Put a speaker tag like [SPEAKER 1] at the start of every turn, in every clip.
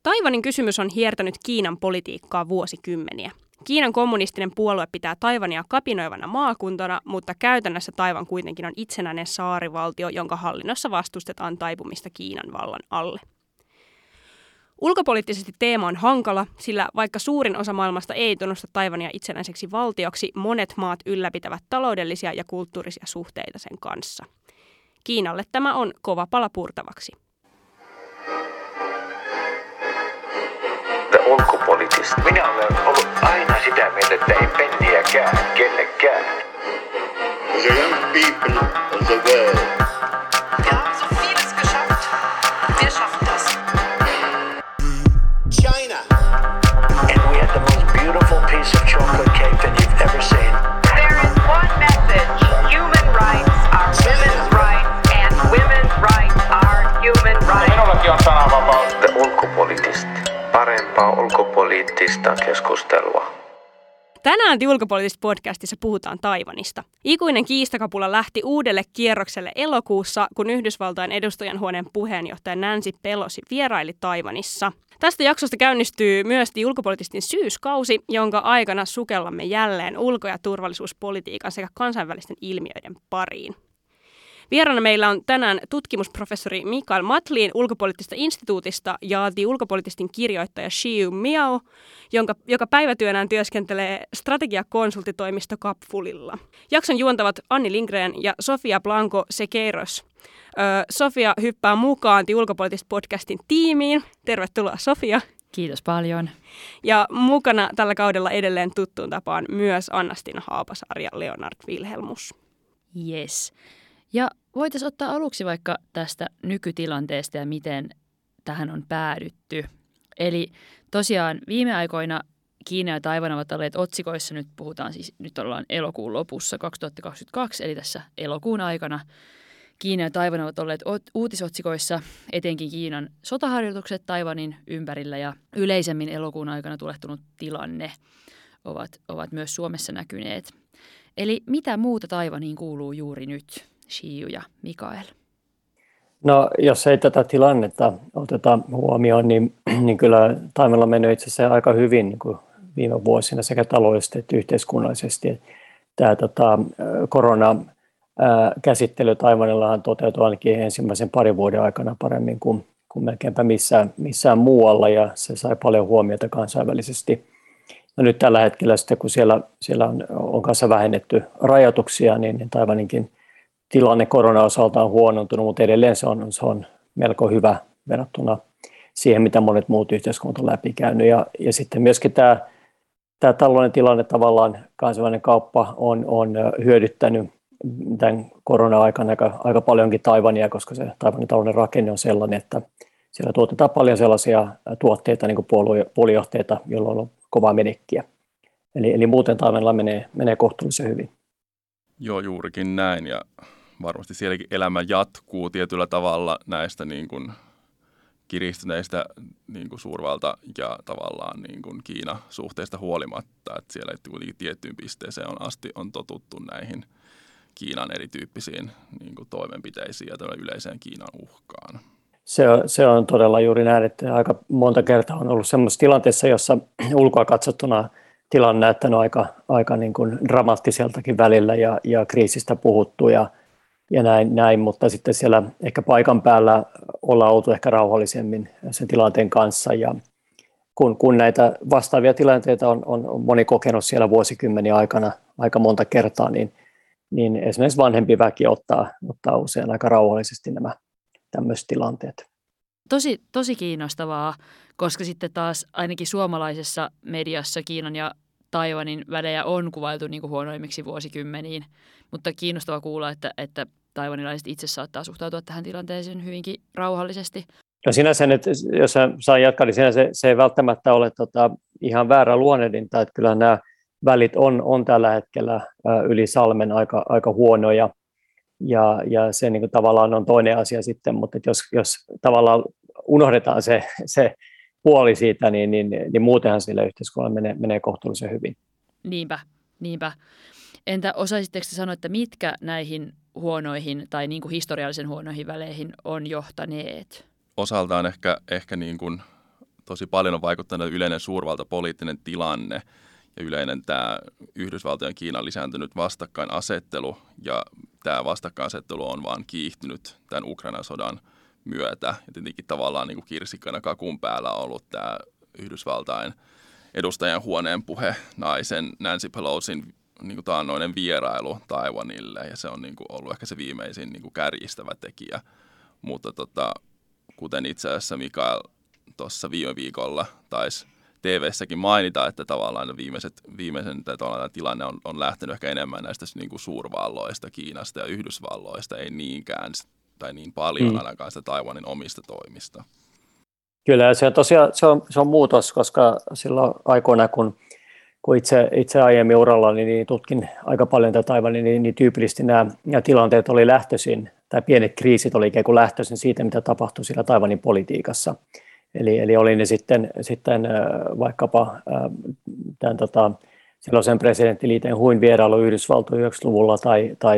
[SPEAKER 1] Taiwanin kysymys on hiertänyt Kiinan politiikkaa vuosikymmeniä. Kiinan kommunistinen puolue pitää Taiwania kapinoivana maakuntana, mutta käytännössä Taiwan kuitenkin on itsenäinen saarivaltio, jonka hallinnossa vastustetaan taipumista Kiinan vallan alle. Ulkopoliittisesti teema on hankala, sillä vaikka suurin osa maailmasta ei tunnusta Taiwania itsenäiseksi valtioksi, monet maat ylläpitävät taloudellisia ja kulttuurisia suhteita sen kanssa. Kiinalle tämä on kova pala purtavaksi.
[SPEAKER 2] Ulkopoliittista. Minä olen ollut aina sitä mieltä, että ei penniäkään kellekään.
[SPEAKER 3] The young people of the world.
[SPEAKER 4] Wir haben so vieles geschafft. Wir schaffen das.
[SPEAKER 3] China.
[SPEAKER 2] And we had the most beautiful piece of chocolate cake that you've ever seen.
[SPEAKER 4] There is one message. Human rights are women's rights and women's rights are human rights.
[SPEAKER 5] Minullakin on sananvapaus.
[SPEAKER 2] Ulkopoliittista. Parempaa ulkopoliittista keskustelua.
[SPEAKER 1] Tänään Ulkopoliittisessa podcastissa puhutaan Taiwanista. Ikuinen kiistakapula lähti uudelle kierrokselle elokuussa, kun Yhdysvaltain edustajanhuoneen puheenjohtaja Nancy Pelosi vieraili Taiwanissa. Tästä jaksosta käynnistyy myös ulkopoliittisten syyskausi, jonka aikana sukellamme jälleen ulko- ja turvallisuuspolitiikan sekä kansainvälisten ilmiöiden pariin. Vieraana meillä on tänään tutkimusprofessori Mikael Matlin ulkopoliittisesta instituutista ja ulkopoliittisten kirjoittaja Xiu Miao, joka päivätyönään työskentelee strategiakonsulttitoimisto Capfulilla. Jakson juontavat Anni Lindgren ja Sofia Blanco Sequeiros. Sofia hyppää mukaan ulkopoliittisen podcastin tiimiin. Tervetuloa Sofia.
[SPEAKER 6] Kiitos paljon.
[SPEAKER 1] Ja mukana tällä kaudella edelleen tuttuun tapaan myös Anna-Stina Haapasaari ja Leonard Wilhelmus.
[SPEAKER 6] Yes. Ja voitaisiin ottaa aluksi vaikka tästä nykytilanteesta ja miten tähän on päädytty. Eli tosiaan viime aikoina Kiina ja Taiwan ovat olleet otsikoissa, nyt ollaan elokuun lopussa 2022, eli tässä elokuun aikana Kiina ja Taiwan ovat olleet uutisotsikoissa, etenkin Kiinan sotaharjoitukset Taiwanin ympärillä ja yleisemmin elokuun aikana tulehtunut tilanne ovat myös Suomessa näkyneet. Eli mitä muuta Taiwaniin kuuluu juuri nyt? Xiu ja Mikael.
[SPEAKER 7] No, jos ei tätä tilannetta oteta huomioon, niin kyllä Taiwanilla on mennyt itse asiassa aika hyvin niin kuin viime vuosina sekä taloudellisesti että yhteiskunnallisesti. Tämä koronakäsittely Taiwanillahan toteutui ainakin ensimmäisen parin vuoden aikana paremmin kuin melkeinpä missään muualla, ja se sai paljon huomiota kansainvälisesti. No nyt tällä hetkellä sitten, kun siellä on kanssa vähennetty rajoituksia, niin Taiwaninkin tilanne korona-osalta on huonontunut, mutta edelleen se on melko hyvä verrattuna siihen, mitä monet muut yhteiskunnat on läpikäynyt. Ja sitten myöskin tämä talouden tilanne, tavallaan kansainvälinen kauppa on hyödyttänyt tämän korona-aikana aika paljonkin Taiwania, koska se Taiwanin talouden rakenne on sellainen, että siellä tuotetaan paljon sellaisia tuotteita, niin kuin puolijohteita, joilla on kovaa menekkiä. Eli muuten Taiwanilla menee kohtuullisen hyvin.
[SPEAKER 5] Joo, juurikin näin, ja varmasti sielläkin elämä jatkuu tietyllä tavalla näistä niin kuin kiristyneistä niin kuin suurvalta- ja tavallaan niin kuin Kiina-suhteista huolimatta, että siellä kuitenkin tiettyyn pisteeseen asti on totuttu näihin Kiinan erityyppisiin niin kuin toimenpiteisiin ja yleiseen Kiinan uhkaan.
[SPEAKER 7] Se on todella juuri näin, että aika monta kertaa on ollut sellaisessa tilanteessa, jossa ulkoa katsottuna tilanne on näyttänyt aika niin kuin dramaattiseltakin välillä ja kriisistä puhuttu ja näin, mutta sitten siellä ehkä paikan päällä ollaan oltu ehkä rauhallisemmin sen tilanteen kanssa, ja kun näitä vastaavia tilanteita on moni kokenut siellä vuosikymmeniä aikana aika monta kertaa, niin esimerkiksi vanhempi väki ottaa usein aika rauhallisesti nämä tämmöiset tilanteet.
[SPEAKER 6] Tosi kiinnostavaa, koska sitten taas ainakin suomalaisessa mediassa Kiinan ja Taiwanin välejä on kuvailtu niin kuin huonoimmiksi vuosikymmeniin, mutta kiinnostavaa kuulla, että taiwanilaiset itse saattaa suhtautua tähän tilanteeseen hyvinkin rauhallisesti.
[SPEAKER 7] No sinänsä nyt, jos saan jatkaa, niin sinänsä se ei välttämättä ole ihan väärä luonnehdinta, että kyllä nämä välit on tällä hetkellä yli salmen aika huonoja, ja se niin kuin tavallaan on toinen asia sitten, mutta jos tavallaan unohdetaan se puoli siitä, niin muutenhan sillä yhteiskunnalla menee kohtuullisen hyvin.
[SPEAKER 6] Niinpä. Entä osaisitteko sanoa, että mitkä näihin huonoihin tai niin kuin historiallisen huonoihin väleihin on johtaneet?
[SPEAKER 5] Osaltaan ehkä niin kuin tosi paljon on vaikuttanut yleinen suurvaltapoliittinen tilanne ja yleinen tämä Yhdysvaltojen ja Kiinan lisääntynyt vastakkainasettelu. Ja tämä vastakkainasettelu on vaan kiihtynyt tämän Ukrainan sodan myötä. Ja tietenkin tavallaan niin kuin kirsikkana kakun päällä on ollut tämä Yhdysvaltain edustajan huoneen puhe naisen Nancy Pelosin niin kuin taannoinen vierailu Taiwanille. Ja se on niin kuin ollut ehkä se viimeisin niin kuin kärjistävä tekijä. Mutta kuten itse asiassa Mikael tuossa viime viikolla taisi TV-säkin mainita, että tavallaan viimeisen tämä tilanne on lähtenyt ehkä enemmän näistä niin kuin suurvalloista, Kiinasta ja Yhdysvalloista, ei niinkään tai niin paljon ainakaan sitä Taiwanin omista toimista. Kyllä, se on tosiaan se on muutos, koska silloin aikoina, kun itse aiemmin uralla niin tutkin aika paljon tätä Taiwanin, niin tyypillisesti nämä tilanteet oli lähtöisin, tai pienet kriisit oli ikään kuin lähtöisin siitä, mitä tapahtui siellä Taiwanin politiikassa. Eli oli ne sitten vaikkapa tämän silloisen presidentti Lee Teng-huin vierailu Yhdysvaltojen 90-luvulla tai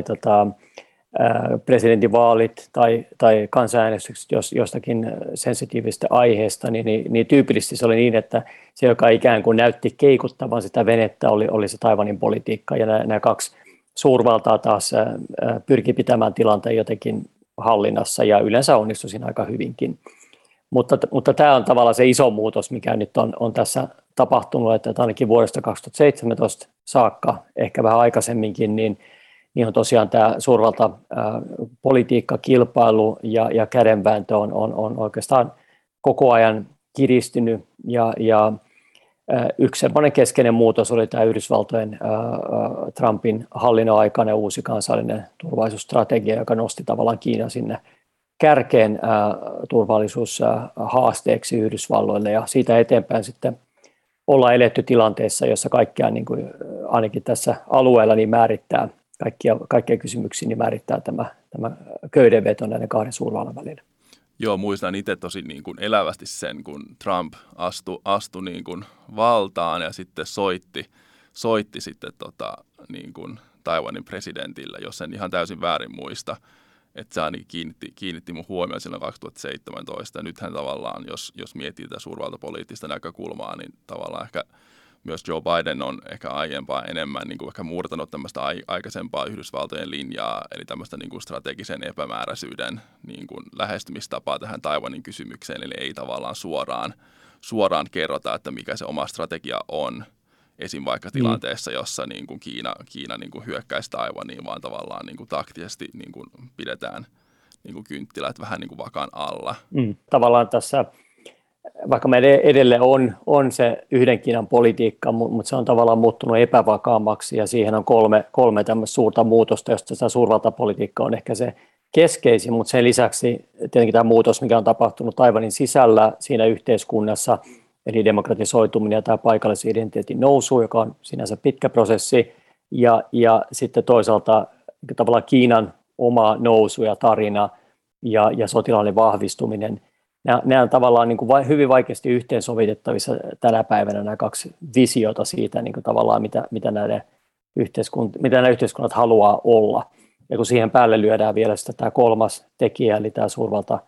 [SPEAKER 5] presidentinvaalit tai kansanäänestykset jostakin sensitiivisestä aiheesta, niin tyypillisesti se oli niin, että se, joka ikään kuin näytti keikuttavan sitä venettä, oli se Taiwanin politiikka, ja nämä kaksi suurvaltaa taas pyrki pitämään tilanteen jotenkin hallinnassa, ja yleensä onnistui siinä aika hyvinkin. Mutta tämä on tavallaan se iso muutos, mikä nyt on tässä tapahtunut, että ainakin vuodesta 2017 saakka, ehkä vähän aikaisemminkin, niin on tosiaan tämä suurvaltapolitiikka, kilpailu ja kädenvääntö on oikeastaan koko ajan kiristynyt. Ja yksi semmoinen keskeinen muutos oli tämä Yhdysvaltojen Trumpin hallinnon aikainen uusi kansallinen turvallisuusstrategia, joka nosti tavallaan Kiinan sinne kärkeen turvallisuushaasteeksi Yhdysvalloille, ja siitä eteenpäin sitten ollaan eletty tilanteessa, jossa kaikkea niin kuin ainakin tässä alueella niin määrittää kaikkia kysymyksiä, niin määrittää tämä köydenveto näiden kahden suurvallan välillä. Joo, muistan itse tosi niin kuin elävästi sen, kun Trump astui niin kuin valtaan ja sitten soitti sitten niin kuin Taiwanin presidentille, jos en ihan täysin väärin muista. Että se ainakin kiinnitti mun huomioon silloin 2017. Ja nythän tavallaan, jos miettii tätä suurvaltapoliittista näkökulmaa, niin tavallaan ehkä myös Joe Biden on ehkä aiempaa enemmän niin kuin ehkä murtanut tämmöistä aikaisempaa Yhdysvaltojen linjaa, eli tämmöistä niin kuin strategisen epämääräisyyden niin kuin lähestymistapaa tähän Taiwanin kysymykseen, eli ei tavallaan suoraan kerrota, että mikä se oma strategia on. Esim. Vaikka tilanteessa, jossa niin kuin Kiina niin kuin hyökkäisi Taiwaniin, vaan tavallaan niin kuin taktisesti niin kuin pidetään niin kuin kynttilät vähän niin kuin vakan alla. Tavallaan tässä, vaikka meillä edelleen on se yhden Kiinan politiikka, mutta se on tavallaan muuttunut epävakaammaksi, ja siihen on kolme tämmöistä suurta muutosta, josta tämä suurvaltapolitiikka on ehkä se keskeisin, mutta sen lisäksi tietenkin tämä muutos, mikä on tapahtunut Taiwanin sisällä siinä yhteiskunnassa, eli demokratisoituminen ja tämä paikallisen identiteetin nousu, joka on sinänsä pitkä prosessi, ja sitten toisaalta tavallaan Kiinan oma nousu ja tarina ja sotilaallinen vahvistuminen. Nämä on tavallaan niin kuin hyvin vaikeasti yhteensovitettavissa tänä päivänä nämä kaksi visiota siitä, niin kuin tavallaan mitä nämä yhteiskunnat haluaa olla. Ja kun siihen päälle lyödään vielä sitä tämä kolmas tekijä, eli tämä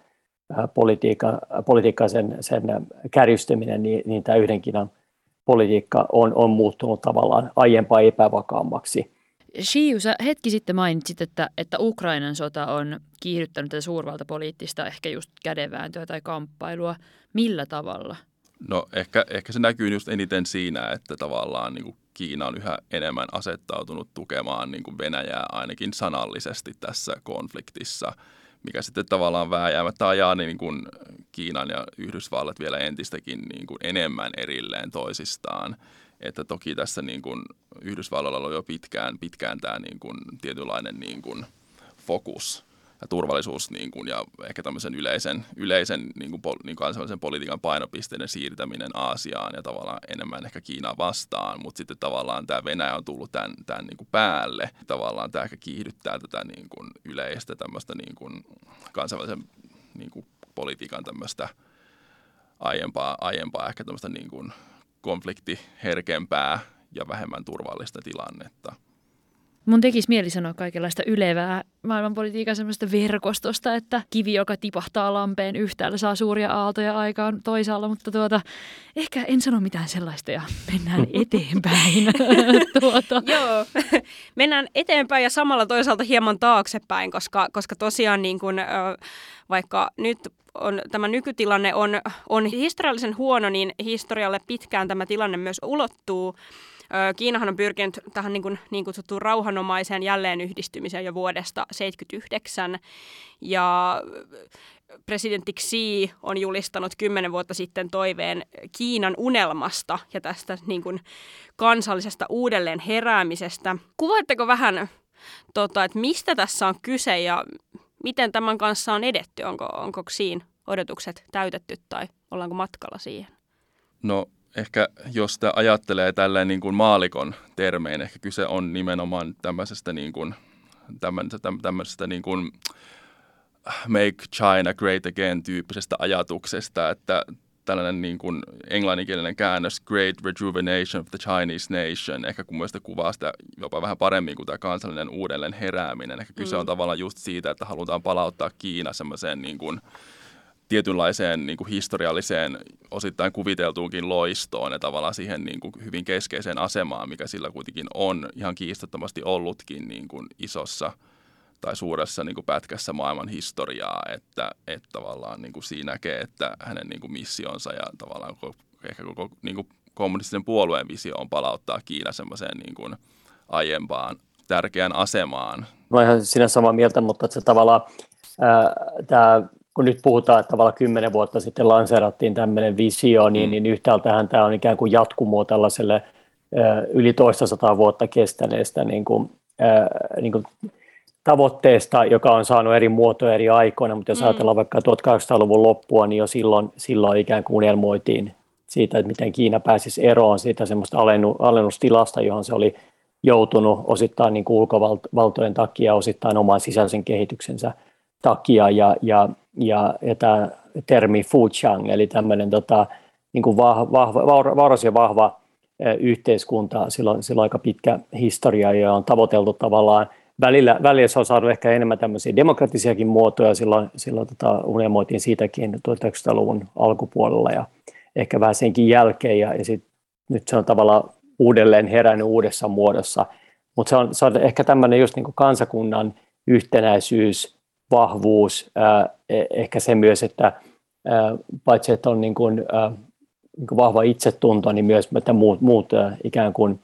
[SPEAKER 5] suurvaltapolitiikka sen kärjistyminen, niin tämä yhden Kiinan politiikka on muuttunut tavallaan aiempaa epävakaammaksi.
[SPEAKER 6] Xiu, sä hetki sitten mainitsit, että Ukrainan sota on kiihdyttänyt tätä suurvaltapoliittista ehkä just kädenvääntöä tai kamppailua. Millä tavalla? No ehkä se näkyy just eniten siinä, että tavallaan niin kuin Kiina on yhä enemmän asettautunut tukemaan niin kuin Venäjää ainakin sanallisesti tässä konfliktissa, mikä sitten tavallaan vääjäämättä ajaa niin kuin Kiinan ja Yhdysvallat vielä entistäkin niin kuin enemmän erilleen toisistaan. Että toki tässä niin kuin Yhdysvalloilla on jo pitkään tämä niin kuin tietynlainen niin kuin fokus ja turvallisuus niin kuin, ja ehkä tämmöisen yleisen niin kuin kansainvälisen politiikan painopisteiden siirtäminen Aasiaan ja tavallaan enemmän ehkä Kiinaa vastaan, mutta sitten tavallaan tämä Venäjä on tullut tämän niin kuin päälle. Tavallaan tämä ehkä kiihdyttää tätä niin kuin yleistä tämmöistä niin kuin kansainvälisen niin kuin politiikan tämmöistä aiempaa ehkä tämmöistä niin kuin konfliktiherkempää ja vähemmän turvallista tilannetta. Mun tekisi mieli sanoa kaikenlaista ylevää maailmanpolitiikan semmoista verkostosta, että kivi, joka tipahtaa lampeen yhtäällä, saa suuria aaltoja aikaan toisaalla, mutta ehkä en sano mitään sellaista ja mennään eteenpäin.
[SPEAKER 1] Joo, mennään eteenpäin ja samalla toisaalta hieman taaksepäin, koska tosiaan niin kun, vaikka nyt tämä nykytilanne on historiallisen huono, niin historialle pitkään tämä tilanne myös ulottuu. Kiinahan on pyrkinyt tähän niin kutsuttuun rauhanomaiseen jälleenyhdistymiseen jo vuodesta 1979 ja presidentti Xi on julistanut 10 vuotta sitten toiveen Kiinan unelmasta ja tästä niin kuin kansallisesta uudelleen heräämisestä. Kuvaatteko vähän, että mistä tässä on kyse ja miten tämän kanssa on edetty? Onko Xiin odotukset täytetty tai ollaanko matkalla siihen?
[SPEAKER 5] No ehkä jos sitä ajattelee tälleen niin kuin maalikon termein, ehkä kyse on nimenomaan tämmöisestä niin kuin make China great again -tyyppisestä ajatuksesta, että tällainen niin kuin englanninkielinen käännös Great Rejuvenation of the Chinese Nation, ehkä kun mielestäni kuvaa sitä jopa vähän paremmin kuin tämä kansallinen uudelleen herääminen. Ehkä kyse on tavallaan just siitä, että halutaan palauttaa Kiina semmoiseen niin kuin tietynlaiseen niin kuin historialliseen, osittain kuviteltuunkin loistoon ja tavallaan siihen niin kuin hyvin keskeiseen asemaan, mikä sillä kuitenkin on ihan kiistattomasti ollutkin niin kuin isossa tai suuressa niin kuin pätkässä maailman historiaa, että tavallaan niin kuin siinä näkee, että hänen niin kuin missionsa ja tavallaan ehkä koko niin kuin kommunistisen puolueen visio on palauttaa Kiina semmoiseen niin kuin aiempaan tärkeään asemaan.
[SPEAKER 7] Mä olen ihan siinä samaa mieltä, mutta että se tavallaan kun nyt puhutaan, että tavallaan 10 vuotta sitten lanseerattiin tämmöinen visio, niin yhtäältähän tämä on ikään kuin jatkumoa tällaiselle yli 200 vuotta kestäneestä niin kuin tavoitteesta, joka on saanut eri muotoja eri aikoina, mutta jos ajatellaan vaikka 1800-luvun loppua, niin jo silloin ikään kuin unelmoitiin siitä, että miten Kiina pääsisi eroon siitä semmoista alennustilasta, johon se oli joutunut osittain niin kuin ulkovaltojen takia, osittain oman sisäisen kehityksensä takia, ja tämä termi Fujiang, eli tämmöinen niin kuin vauras ja vahva yhteiskunta, sillä on aika pitkä historia, ja on tavoiteltu tavallaan, välillä se on saanut ehkä enemmän tämmöisiä demokratisiakin muotoja, silloin unelmoitiin siitäkin 1900-luvun alkupuolella, ja ehkä vähän senkin jälkeen, ja nyt se on tavallaan uudelleen herännyt uudessa muodossa, mutta se on ehkä tämmöinen just niin kuin kansakunnan yhtenäisyys, vahvuus, ehkä se myös, että paitsi että on niin kuin vahva itsetunto, niin myös että muut ikään kuin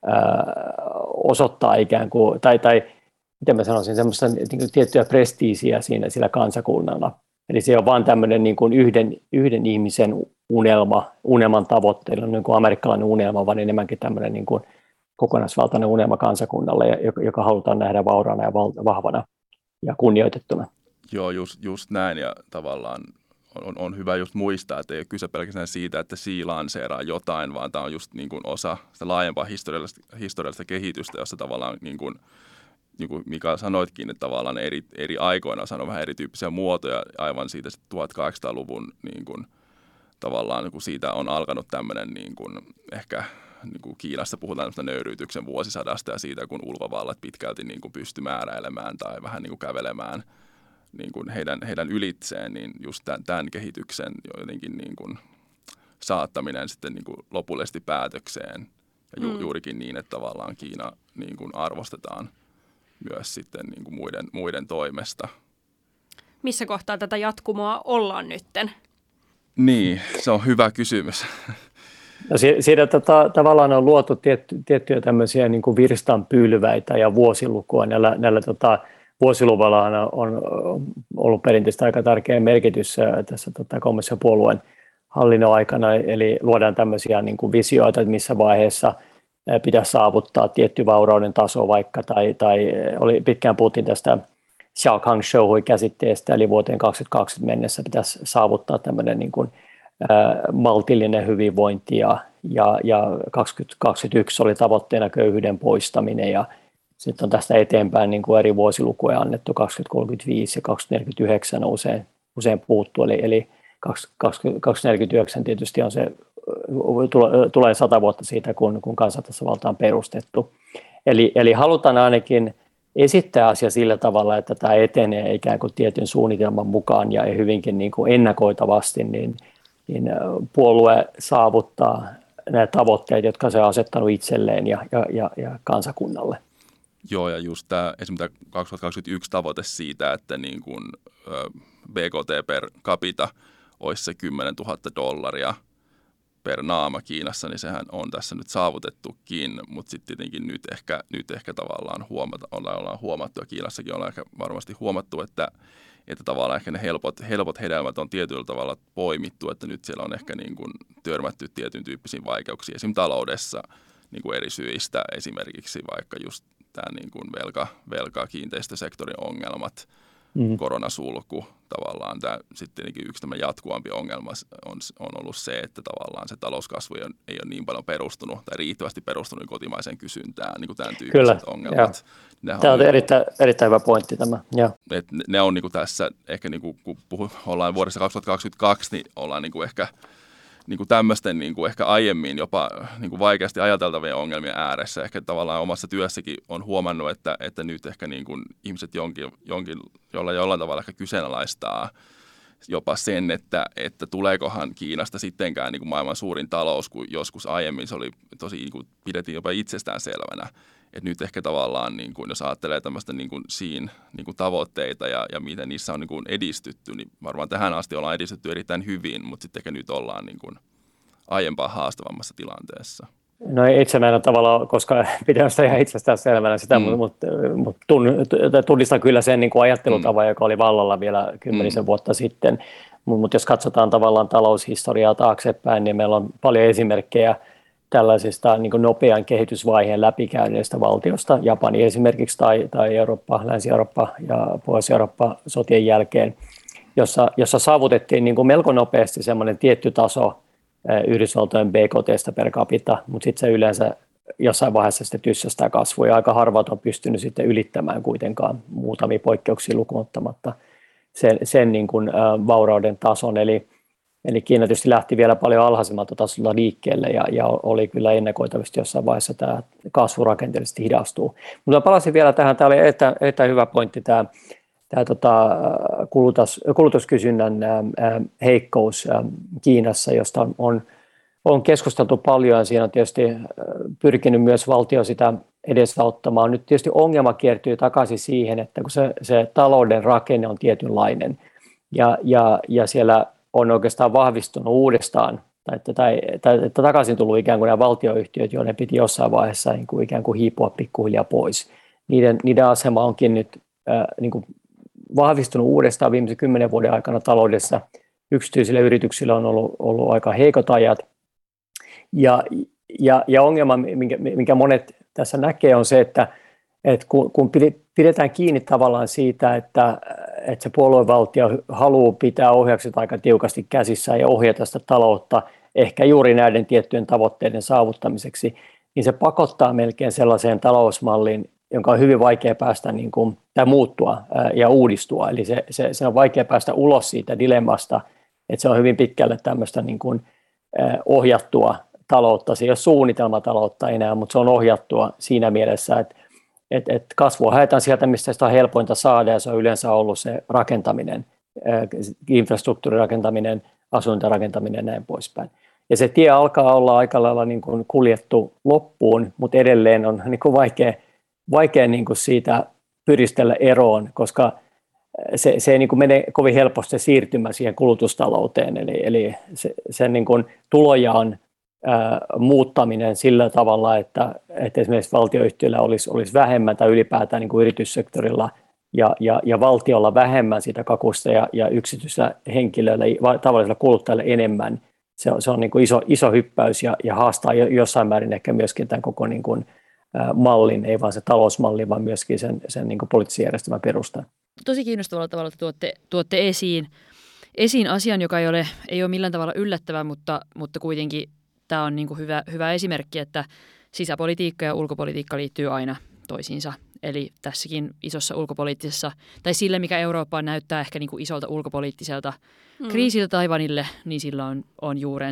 [SPEAKER 7] osoittaa ikään kuin, tai miten mä sanoisin, semmoista niin kuin tiettyä prestiisiä sillä kansakunnalla. Eli se on vain tämmöinen niin kuin yhden ihmisen unelman tavoitteilla, niin kuin amerikkalainen unelma, vaan enemmänkin tämmöinen niin kuin kokonaisvaltainen unelma kansakunnalle, joka halutaan nähdä vauraana ja vahvana ja kunnioitettuna.
[SPEAKER 5] Joo, just näin, ja tavallaan on hyvä just muistaa, että ei ole kyse pelkästään siitä, että Xi lanseeraa jotain, vaan tämä on just niin kuin osa sitä laajempaa historiallista kehitystä, jossa tavallaan niin kuin Mika sanoitkin, että tavallaan eri aikoina on saanut vähän erityyppisiä muotoja aivan siitä 1800-luvun niin kuin, tavallaan, kun siitä on alkanut tämmöinen niin kuin, ehkä niin kuin Kiinassa puhutaan nöyryytyksen vuosisadasta ja siitä, kun ulkovallat pitkälti niin kuin pystyi määräilemään tai vähän niin kuin kävelemään niin kuin heidän ylitseen, niin just tämän kehityksen jotenkin niin kuin saattaminen sitten niin kuin lopullisesti päätökseen ja juurikin niin, että tavallaan Kiina niin kuin arvostetaan myös sitten niin kuin muiden toimesta.
[SPEAKER 1] Missä kohtaa tätä jatkumoa ollaan nytten?
[SPEAKER 5] Niin, se on hyvä kysymys.
[SPEAKER 7] No siinä tavallaan on luotu tiettyjä tämmöisiä niin kuin virstanpylväitä ja vuosilukua. Näillä vuosiluvalla on ollut perinteisesti aika tärkeä merkitys tässä komissiopuolueen hallinnon aikana, eli luodaan tämmöisiä niin kuin visioita, että missä vaiheessa pitäisi saavuttaa tietty vaurauden taso vaikka, tai oli pitkään puhuttiin tästä Xiaokang-Shouhui-käsitteestä, eli vuoteen 2020 mennessä pitäisi saavuttaa tämmöinen niin kuin maltillinen hyvinvointi, ja 2021 oli tavoitteena köyhyyden poistaminen, ja sitten on tästä eteenpäin niin kuin eri vuosilukuja annettu, 2035 ja 2049 on usein puhuttu, eli 2049 tietysti on se, tulee 100 vuotta siitä, kun kansantasavalta on perustettu. Eli halutaan ainakin esittää asia sillä tavalla, että tämä etenee ikään kuin tietyn suunnitelman mukaan ja hyvinkin niin kuin ennakoitavasti, niin puolue saavuttaa nämä tavoitteet, jotka se on asettanut itselleen ja kansakunnalle.
[SPEAKER 5] Joo, ja just tämä esimerkiksi 2021 tavoite siitä, että niin kuin BKT per capita olisi se $10,000 per naama Kiinassa, niin sehän on tässä nyt saavutettukin, mutta sitten tietenkin nyt ehkä tavallaan ollaan huomattu, ja Kiinassakin ollaan ehkä varmasti huomattu, että tavallaan ehkä ne helpot hedelmät on tietyllä tavalla poimittu, että nyt siellä on ehkä niin kuin törmätty tietyn tyyppisiin vaikeuksiin, esimerkiksi taloudessa niin kuin eri syistä, esimerkiksi vaikka just tämä niin kuin velka kiinteistösektorin ongelmat, koronasulku tavallaan. Sitten tietenkin yksi tämä jatkuvampi ongelma on ollut se, että tavallaan se talouskasvu ei ole niin paljon perustunut tai riittävästi perustunut kotimaiseen kysyntään, niin kuin tämän tyyppiset ongelmat.
[SPEAKER 7] Tämä on erittäin hyvä pointti tämä.
[SPEAKER 5] Ne on niin kuin tässä, ehkä niin kuin, kun ollaan vuodessa 2022, niin ollaan niin kuin ehkä niin kuin tämmöisten niin kuin ehkä aiemmin jopa niin kuin vaikeasti ajateltavien ongelmien ääressä. Ehkä tavallaan omassa työssäkin on huomannut, että nyt ehkä niin kuin ihmiset jollain tavalla ehkä kyseenalaistaa jopa sen, että tuleekohan Kiinasta sittenkään niin kuin maailman suurin talous, kun joskus aiemmin se oli tosi, niin kuin pidettiin jopa itsestään selvänä. Että nyt ehkä tavallaan, niin kuin, jos ajattelee tämmöistä niin kuin niin kuin tavoitteita ja miten niissä on niin kuin edistytty, niin varmaan tähän asti ollaan edistytty erittäin hyvin, mutta sitten ehkä nyt ollaan niin kuin aiempaa haastavammassa tilanteessa.
[SPEAKER 7] No itse mä en ole tavallaan, koska pidän sitä ihan itsestään selvänä sitä, mutta tunnistan kyllä sen niin kuin ajattelutavan, joka oli vallalla vielä 10 vuotta sitten. Mutta jos katsotaan tavallaan taloushistoriaa taaksepäin, niin meillä on paljon esimerkkejä tällaisista niin kuin nopean kehitysvaiheen läpikäyneistä valtiosta, Japani esimerkiksi tai Eurooppa, Länsi-Eurooppa ja Pohjois-Eurooppa sotien jälkeen, jossa saavutettiin niin kuin melko nopeasti semmoinen tietty taso Yhdysvaltojen BKT:stä per capita, mutta sitten se yleensä jossain vaiheessa sitten tyssästää kasvua, ja aika harvat on pystynyt sitten ylittämään kuitenkaan muutamia poikkeuksia lukuun ottamatta sen niin kuin vaurauden tason. Eli Kiina tietysti lähti vielä paljon alhaisemmalta tasolla liikkeelle ja oli kyllä ennakoitavasti jossain vaiheessa tämä kasvu rakenteellisesti hidastuu. Mutta palasin vielä tähän, tämä oli erittäin hyvä pointti, tämä kulutuskysynnän heikkous Kiinassa, josta on keskusteltu paljon, ja siinä on tietysti pyrkinyt myös valtio sitä edesauttamaan. Nyt tietysti ongelma kiertyy takaisin siihen, että kun se talouden rakenne on tietynlainen, ja siellä on oikeastaan vahvistunut uudestaan, tai takaisin tullut ikään kuin nämä valtioyhtiöt, joiden piti jossain vaiheessa niin kuin ikään kuin hiipua pikkuhiljaa pois. Niiden asema onkin nyt niin kuin vahvistunut uudestaan viimeisen 10 vuoden aikana taloudessa. Yksityisillä yrityksillä on ollut aika heikot ajat. Ja ongelma, minkä monet tässä näkee, on se, että kun pidetään kiinni tavallaan siitä, että se puoluevaltio haluaa pitää ohjaukset aika tiukasti käsissään ja ohjata sitä taloutta ehkä juuri näiden tiettyjen tavoitteiden saavuttamiseksi, niin se pakottaa melkein sellaiseen talousmalliin, jonka on hyvin vaikea päästä tai muuttua ja uudistua. Eli se on vaikea päästä ulos siitä dilemmasta, että se on hyvin pitkälle tämmöistä niin kuin ohjattua taloutta. Se ei ole suunnitelmataloutta enää, mutta se on ohjattua siinä mielessä, että kasvua haetaan sieltä, mistä sitä on helpointa saada, ja se on yleensä ollut se rakentaminen, infrastruktuurirakentaminen, asuntorakentaminen ja näin poispäin. Ja se tie alkaa olla aika lailla niin kuin kuljettu loppuun, mutta edelleen on niin kuin vaikea niin kuin siitä pyristellä eroon, koska se ei niin kuin mene kovin helposti se siirtymä siihen kulutustalouteen, eli sen niin kuin tulojaon muuttaminen sillä tavalla, että esimerkiksi valtioyhtiöillä olisi vähemmän tai ylipäätään niin kuin yrityssektorilla ja valtiolla vähemmän siitä kakusta ja yksityisellä henkilöillä, tavallisella kuluttajalla enemmän. Se on niin kuin iso hyppäys ja haastaa jossain määrin ehkä myöskin tämän koko niin kuin mallin, ei vain se talousmalli, vaan myöskin sen niin kuin poliittisen järjestelmän perustan.
[SPEAKER 6] Tosi kiinnostavalla tavalla, että tuotte esiin asian, joka ei ole millään tavalla yllättävä, mutta kuitenkin tämä on niin kuin hyvä esimerkki, että sisäpolitiikka ja ulkopolitiikka liittyy aina toisiinsa. Eli tässäkin isossa ulkopoliittisessa, tai sille, mikä Eurooppaan näyttää ehkä niin kuin isolta ulkopoliittiselta kriisiltä Taiwanille, niin sillä on juurensa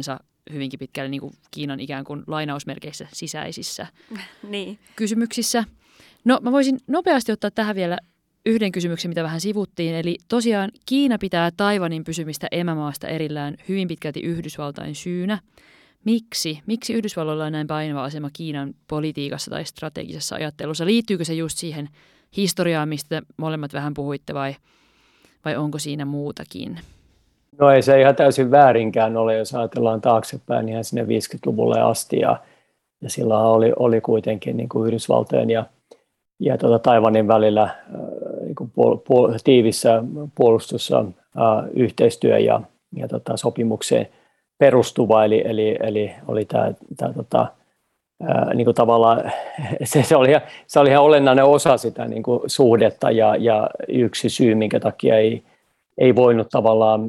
[SPEAKER 6] hyvinkin pitkälle niin kuin Kiinan ikään kuin lainausmerkeissä sisäisissä
[SPEAKER 1] Niin.
[SPEAKER 6] kysymyksissä. No mä voisin nopeasti ottaa tähän vielä yhden kysymyksen, mitä vähän sivuttiin. Eli tosiaan Kiina pitää Taiwanin pysymistä emämaasta erillään hyvin pitkälti Yhdysvaltain syynä. Miksi? Miksi Yhdysvalloilla on näin painava asema Kiinan politiikassa tai strategisessa ajattelussa? Liittyykö se just siihen historiaan, mistä molemmat vähän puhuitte, vai onko siinä muutakin?
[SPEAKER 7] No ei se ihan täysin väärinkään ole, jos ajatellaan taaksepäin ihan sinne 50-luvulle asti. Ja sillä oli kuitenkin niin kuin Yhdysvaltojen ja Taiwanin välillä niin kuin tiivissä puolustusyhteistyö ja sopimukseen perustuva, eli oli tämä niin kuin tavallaan se oli ihan olennainen osa sitä niin kuin suhdetta ja yksi syy, minkä takia ei voinut tavallaan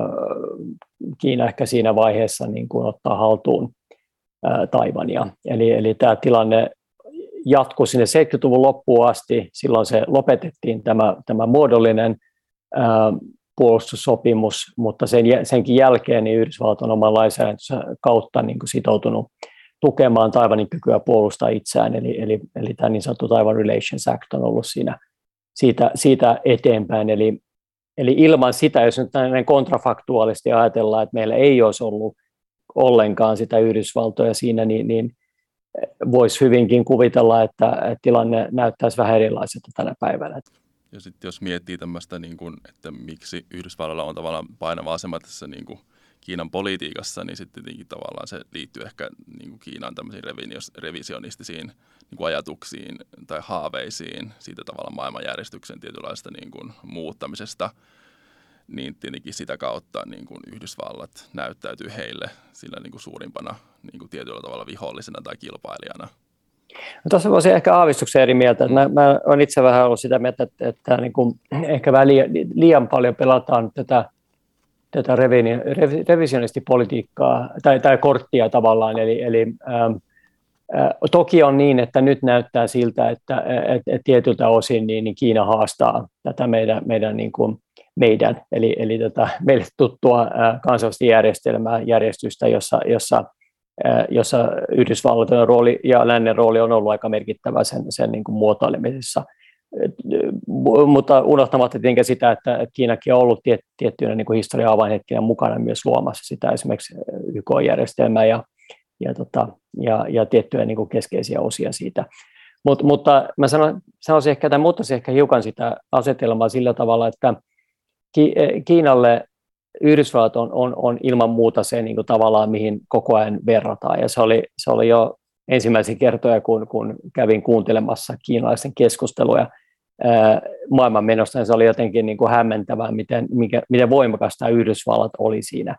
[SPEAKER 7] Kiina ehkä siinä vaiheessa niin kuin ottaa haltuun Taiwania. Eli tämä tilanne jatkui sinne 70-luvun loppuun asti. Silloin se lopetettiin tämä muodollinen puolustussopimus, mutta senkin jälkeen niin Yhdysvallat on oman lainsäädäntönsä kautta niin kuin sitoutunut tukemaan Taiwanin kykyä puolustaa itseään. Eli tämä niin sanottu Taiwan Relations Act on ollut siitä eteenpäin. Eli ilman sitä, jos nyt näin kontrafaktuaalisesti ajatellaan, että meillä ei olisi ollut ollenkaan sitä Yhdysvaltoja siinä, niin voisi hyvinkin kuvitella, että tilanne näyttäisi vähän erilaiselta tänä päivänä.
[SPEAKER 5] Ja sitten jos miettii tämmöistä, niin kuin, että miksi Yhdysvalloilla on tavallaan painava asema tässä niin kuin Kiinan politiikassa, niin sitten tietenkin tavallaan se liittyy ehkä niin kuin Kiinan tämmöisiin revisionistisiin niin kuin ajatuksiin tai haaveisiin siitä tavallaan maailmanjärjestyksen tietynlaista niin kuin muuttamisesta, niin tietenkin sitä kautta niin kuin Yhdysvallat näyttäytyy heille sillä niin kuin suurimpana niin kuin tietyllä tavalla vihollisena tai kilpailijana.
[SPEAKER 7] No, tuossa voisi ehkä aavistuksen eri mieltä. Mä olen itse vähän ollut sitä mieltä, että niin kuin ehkä liian paljon pelataan tätä revisionistipolitiikkaa tai korttia tavallaan. Eli toki on niin, että nyt näyttää siltä, että tietyltä osin niin Kiina haastaa tätä meidän eli tätä meille tuttua kansainvälistä järjestystä, jossa Yhdysvaltojen rooli ja lännen rooli on ollut aika merkittävä sen niin kuin muotoilemisessa. Mutta unohtamatta tietenkin sitä, että Kiinakin on ollut tiettyinä niin kuin historian avainhetkinä mukana myös luomassa sitä esimerkiksi YK-järjestelmää ja tiettyjä niin kuin keskeisiä osia siitä. Mutta mä sanoisin ehkä, tai muuttaisin ehkä hiukan sitä asetelmaa sillä tavalla, että Kiinalle Yhdysvallat on ilman muuta se niin kuin tavallaan, mihin koko ajan verrataan. Ja se oli jo ensimmäisiä kertoja, kun kävin kuuntelemassa kiinalaisten keskusteluja maailmanmenosta, niin se oli jotenkin niin kuin hämmentävää, miten voimakas tämä Yhdysvallat oli siinä.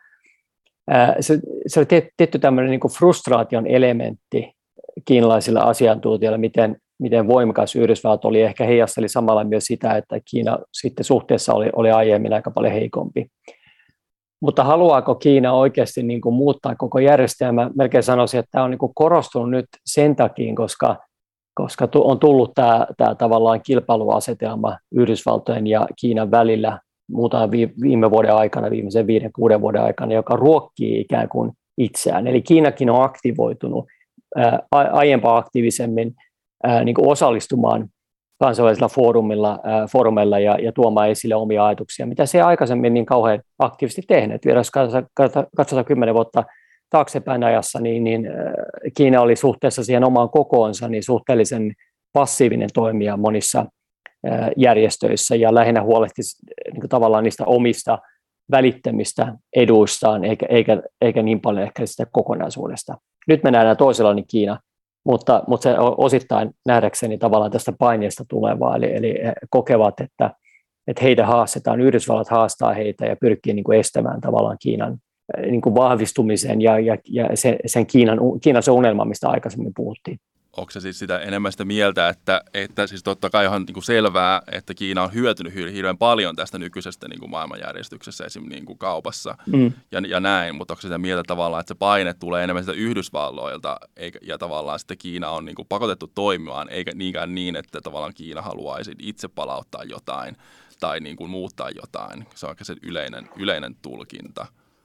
[SPEAKER 7] Se oli tietty tämmöinen niin kuin frustraation elementti kiinalaisilla asiantuntijoilla, miten voimakas Yhdysvallat oli. Ehkä heijasteli samalla myös sitä, että Kiina sitten suhteessa oli aiemmin aika paljon heikompi. Mutta haluaako Kiina oikeasti niin kuin muuttaa koko järjestelmää? Melkein sanoisin, että tämä on niin kuin korostunut nyt sen takia, koska on tullut tämä tavallaan kilpailuasetelma Yhdysvaltojen ja Kiinan välillä muutaman viime vuoden aikana, viimeisen 5-6 vuoden aikana, joka ruokkii ikään kuin itseään. Eli Kiinakin on aktivoitunut aiempaa aktiivisemmin niin kuin osallistumaan kansainvälisellä foorumilla ja tuomaan esille omia ajatuksia, mitä se ei aikaisemmin niin kauhean aktiivisesti tehnyt. Vielä jos katsotaan 10 vuotta taaksepäin ajassa, niin Kiina oli suhteessa siihen omaan kokoonsa niin suhteellisen passiivinen toimija monissa järjestöissä ja lähinnä huolehti niin tavallaan niistä omista välittämistä eduistaan, eikä niin paljon ehkä sitä kokonaisuudesta. Nyt me nähdään toisenlainen Kiina, mutta se osittain nähdäkseni tavallaan tästä paineesta tulevaa, eli he kokevat, että heitä haastetaan, Yhdysvallat haastaa heitä ja pyrkii niin kuin estämään tavallaan Kiinan niin kuin vahvistumisen ja sen Kiinan se unelma, mistä aikaisemmin puhuttiin.
[SPEAKER 5] Onko se siis sitä enemmän sitä mieltä, että siis totta kai on niin kuin selvää, että Kiina on hyötynyt hirveän paljon tästä nykyisestä niin kuin maailmanjärjestyksessä esimerkiksi niin kuin kaupassa ja näin, mutta onko se sitä mieltä tavallaan, että se paine tulee enemmän sitä Yhdysvalloilta ja tavallaan sitten Kiina on niin kuin pakotettu toimimaan, eikä niinkään niin, että tavallaan Kiina haluaisi itse palauttaa jotain tai niin kuin muuttaa jotain. Se on aika se yleinen tulkinta.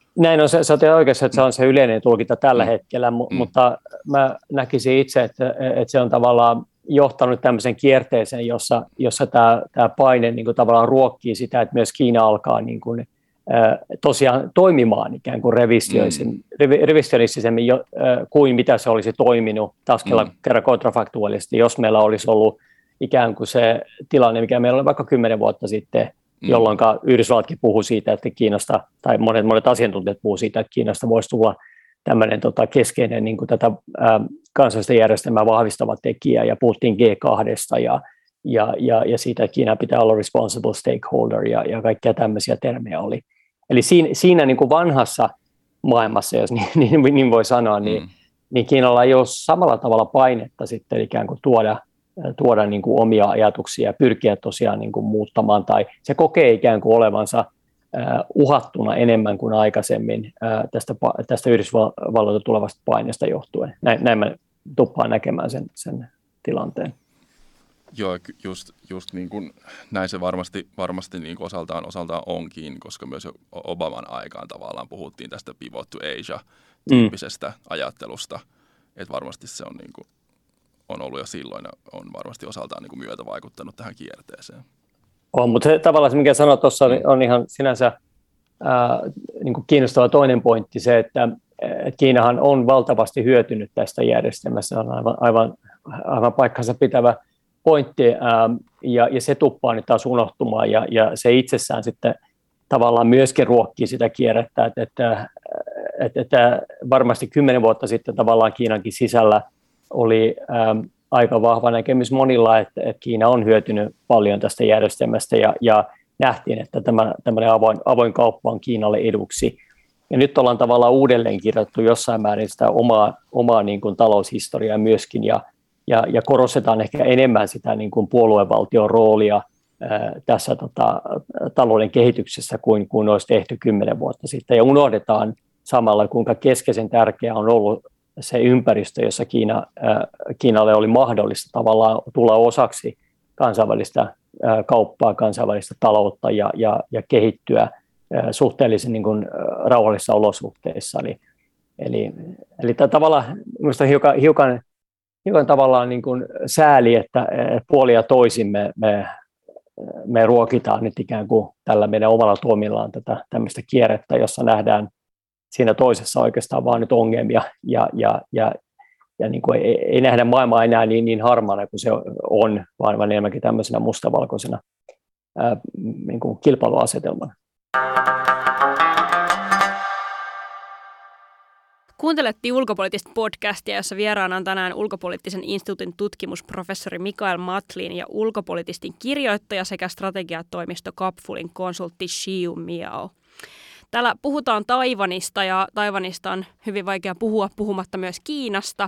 [SPEAKER 7] Näin on, sä oot oikeassa, että se on se yleinen tulkinta tällä hetkellä, mutta mä näkisin itse, että se on tavallaan johtanut tämmöisen kierteeseen, jossa tämä paine niin kuin tavallaan ruokkii sitä, että myös Kiina alkaa niin kuin, tosiaan toimimaan ikään kuin revistionistisemmin kuin mitä se olisi toiminut taas kerran kontrafaktuaalisesti, jos meillä olisi ollut ikään kuin se tilanne, mikä meillä oli vaikka 10 vuotta sitten, jolloin Yhdysvallatkin puhui siitä, että Kiinasta, tai monet asiantuntijat puhuu siitä, että Kiinasta voisi tulla tämmöinen keskeinen niin kuin tätä kansallista järjestelmää vahvistava tekijä, ja puhuttiin G2 ja siitä, että Kiina pitää olla responsible stakeholder ja kaikkia tämmöisiä termejä oli. Eli siinä niin kuin vanhassa maailmassa, jos niin voi sanoa, niin Kiinalla ei ole samalla tavalla painetta sitten ikään kuin tuoda niin kuin omia ajatuksia ja pyrkiä tosiaan niin kuin muuttamaan, tai se kokee ikään kuin olevansa uhattuna enemmän kuin aikaisemmin tästä Yhdysvalloilta tulevasta paineesta johtuen. Näin mä tuppaan näkemään sen tilanteen.
[SPEAKER 5] Joo, just niin kuin näin se varmasti niin kuin osaltaan onkin, koska myös jo Obaman aikaan tavallaan puhuttiin tästä pivot to Asia-tyyppisestä ajattelusta, että varmasti se on, niin kuin, on ollut jo silloin ja on varmasti osaltaan niin kuin myötä vaikuttanut tähän kierteeseen.
[SPEAKER 7] On, mutta se tavallaan se, mikä sanoit tuossa, on ihan sinänsä niin kuin kiinnostava toinen pointti, se, että Kiinahan on valtavasti hyötynyt tästä järjestelmästä, se on aivan paikkansa pitävä pointti, ja se tuppaa nyt taas unohtumaan, ja se itsessään sitten tavallaan myöskin ruokkii sitä kierrettä, että varmasti 10 vuotta sitten tavallaan Kiinankin sisällä oli aika vahva näkemys monilla, että Kiina on hyötynyt paljon tästä järjestelmästä, ja nähtiin, että tämmöinen avoin kauppa on Kiinalle eduksi. Ja nyt ollaan tavallaan uudelleen kirjoittu jossain määrin sitä omaa niin kuin taloushistoriaa myöskin, ja korostetaan ehkä enemmän sitä niin kuin puoluevaltion roolia tässä talouden kehityksessä kuin olisi tehty 10 vuotta sitten. Ja unohdetaan samalla, kuinka keskeisen tärkeää on ollut se ympäristö, jossa Kiinalle oli mahdollista tavallaan tulla osaksi kansainvälistä kauppaa, kansainvälistä taloutta ja kehittyä suhteellisen niin kuin rauhallisissa olosuhteissa. Eli tavallaan minusta hiukan tavallaan niin kuin sääli, että puoli ja toisin me ruokitaan nyt ikään kuin tällä meidän omalla tuomillaan tätä tämmöistä kierrettä, jossa nähdään siinä toisessa oikeastaan vaan nyt ongelmia ja niin kuin ei nähdä maailmaa enää niin harmaana kuin se on, vaan enemmänkin tämmöisenä mustavalkoisena niin kuin kilpailuasetelmana.
[SPEAKER 1] Kuuntelette ulkopoliittista podcastia, jossa vieraana on tänään ulkopoliittisen instituutin tutkimusprofessori Mikael Matlin ja ulkopoliitistin kirjoittaja sekä strategiatoimisto Kapfulin konsultti Xiu Miao. Täällä puhutaan Taiwanista, ja Taiwanista on hyvin vaikea puhua puhumatta myös Kiinasta.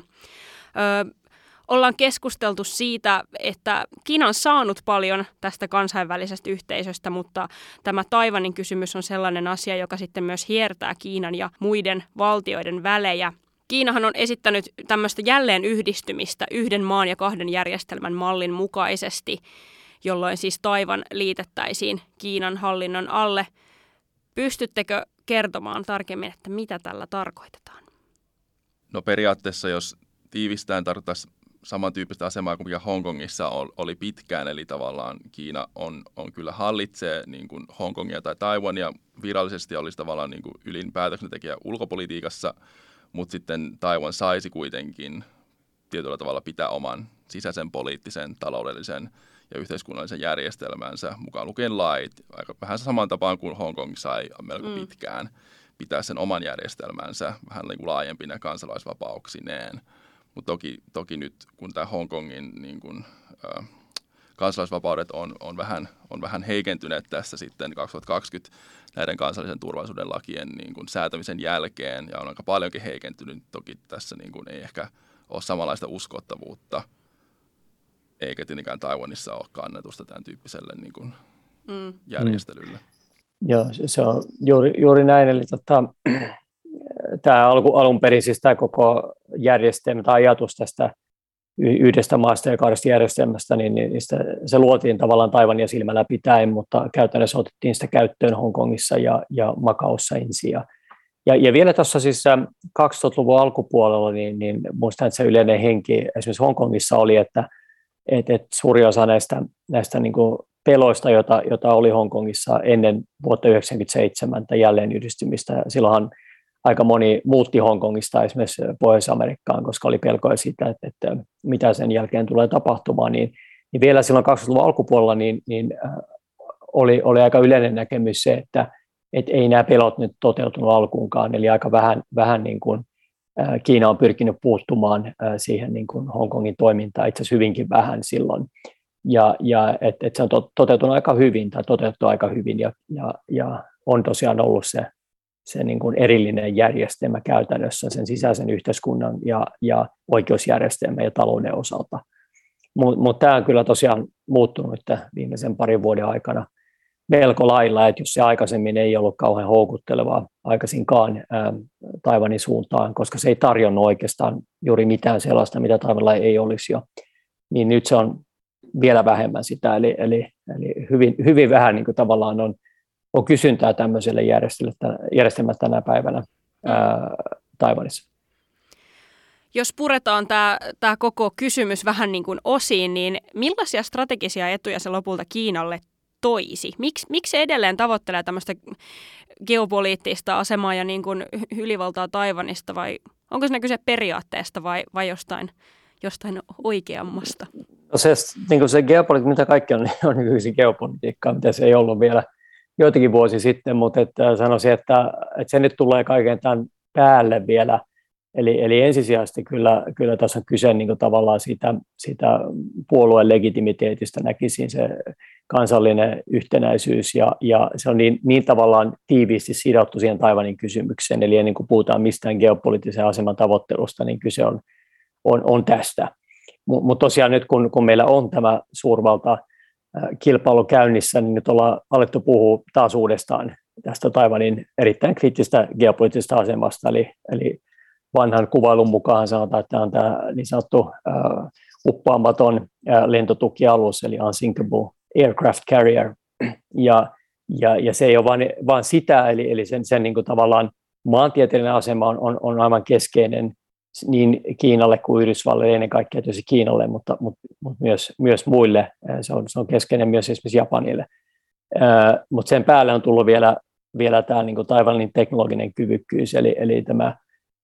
[SPEAKER 1] Ollaan keskusteltu siitä, että Kiina on saanut paljon tästä kansainvälisestä yhteisöstä, mutta tämä Taiwanin kysymys on sellainen asia, joka sitten myös hiertää Kiinan ja muiden valtioiden välejä. Kiinahan on esittänyt tämmöistä jälleen yhdistymistä yhden maan ja kahden järjestelmän mallin mukaisesti, jolloin siis Taiwan liitettäisiin Kiinan hallinnon alle. Pystyttekö kertomaan tarkemmin, että mitä tällä tarkoitetaan?
[SPEAKER 5] No periaatteessa, jos tiivistään, tarkoittaisi samantyyppistä asemaa kuin mikä Hongkongissa oli pitkään, eli tavallaan Kiina on kyllä hallitsee niin kuin Hongkongia tai Taiwania, virallisesti olisi tavallaan niin kuin ylin päätöksentekijä ulkopolitiikassa, mutta sitten Taiwan saisi kuitenkin tietyllä tavalla pitää oman sisäisen poliittisen, taloudellisen ja yhteiskunnallisen järjestelmänsä, mukaan lukien lait, aika vähän samaan tapaan kuin Hongkong sai melko pitkään pitää sen oman järjestelmänsä vähän niin kuin laajempina kansalaisvapauksineen. Mutta toki nyt, kun tämä Hongkongin niin kun, kansalaisvapaudet on vähän heikentyneet tässä sitten 2020 näiden kansallisen turvallisuuden lakien niin kun säätämisen jälkeen, ja on aika paljonkin heikentynyt. Toki tässä niin kun ei ehkä ole samanlaista uskottavuutta, eikä tietenkään Taiwanissa ole kannatusta tämän tyyppiselle niin kun järjestelylle.
[SPEAKER 7] Joo, se on juuri näin. Eli tämä alun perin siis tämä koko järjestelmä tai ajatus tästä yhdestä maasta ja kahdesta järjestelmästä, niin se luotiin tavallaan Taiwania silmällä pitäen, mutta käytännössä otettiin sitä käyttöön Hongkongissa ja Macaossa ensin. Ja vielä tuossa siis 2000-luvun alkupuolella, niin muistan, että se yleinen henki esimerkiksi Hongkongissa oli, että suuri osa näistä niin kuin peloista, jota oli Hongkongissa ennen vuotta 1997 jälleen yhdistymistä. Silloinhan aika moni muutti Hongkongista esimerkiksi Pohjois-Amerikkaan, koska oli pelkoja siitä, että mitä sen jälkeen tulee tapahtumaan. Niin vielä silloin 2000-luvun alkupuolella oli aika yleinen näkemys se, että ei nämä pelot nyt toteutunut alkuunkaan, eli aika vähän niin kuin Kiina on pyrkinyt puuttumaan siihen niin kuin Hongkongin toimintaan, itse asiassa hyvinkin vähän silloin, ja että se on toteutunut aika hyvin tai toteutettu aika hyvin, ja on tosiaan ollut se niin kuin erillinen järjestelmä käytännössä sen sisäisen yhteiskunnan ja oikeusjärjestelmän ja talouden osalta. Mutta tämä on kyllä tosiaan muuttunut viimeisen parin vuoden aikana melko lailla, että jos se aikaisemmin ei ollut kauhean houkuttelevaa aikaisinkaan Taiwanin suuntaan, koska se ei tarjonnut oikeastaan juuri mitään sellaista, mitä Taiwanilla ei olisi jo, niin nyt se on vielä vähemmän sitä, eli hyvin vähän niin kuin tavallaan on kysyntää tämmöiselle järjestelmälle tänä päivänä Taiwanissa.
[SPEAKER 1] Jos puretaan tämä koko kysymys vähän niin kuin osiin, niin millaisia strategisia etuja se lopulta Kiinalle toisi? Miksi se edelleen tavoittelee tämmöistä geopoliittista asemaa ja niin kuin ylivaltaa Taiwanista, vai onko siinä kyse periaatteesta vai jostain oikeammasta?
[SPEAKER 7] No niin se geopolitiikka, mitä kaikki on nykyisin geopolitiikkaa, mitä se ei ollut vielä joitakin vuosia sitten, mutta sanoisin, että se nyt tulee kaiken tämän päälle vielä. Eli ensisijaisesti kyllä tässä on kyse niin kuin tavallaan siitä puolueen legitimiteetistä, näkisin se kansallinen yhtenäisyys, ja se on niin tavallaan tiiviisti sidottu siihen Taiwanin kysymykseen, eli ennen kuin puhutaan mistään geopoliittisen aseman tavoittelusta, niin kyse on tästä. Mutta tosiaan nyt kun meillä on tämä suurvalta kilpailu käynnissä, niin nyt ollaan alettu puhua taas uudestaan tästä Taiwanin erittäin kriittisestä geopoliittisesta asemasta, eli vanhan kuvailun mukaan sanotaan, että tämä on tämä niin sanottu uppaamaton lentotukialus, eli unsinkable aircraft carrier, ja se ei ole vain sitä, eli sen niin kuin tavallaan maantieteellinen asema on aivan keskeinen niin Kiinalle kuin Yhdysvalloille, ennen kaikkea tietysti Kiinalle, mutta myös muille. Se on keskeinen myös esimerkiksi Japanille. Mutta sen päälle on tullut vielä tämä niin kuin Taiwanin teknologinen kyvykkyys, eli tämä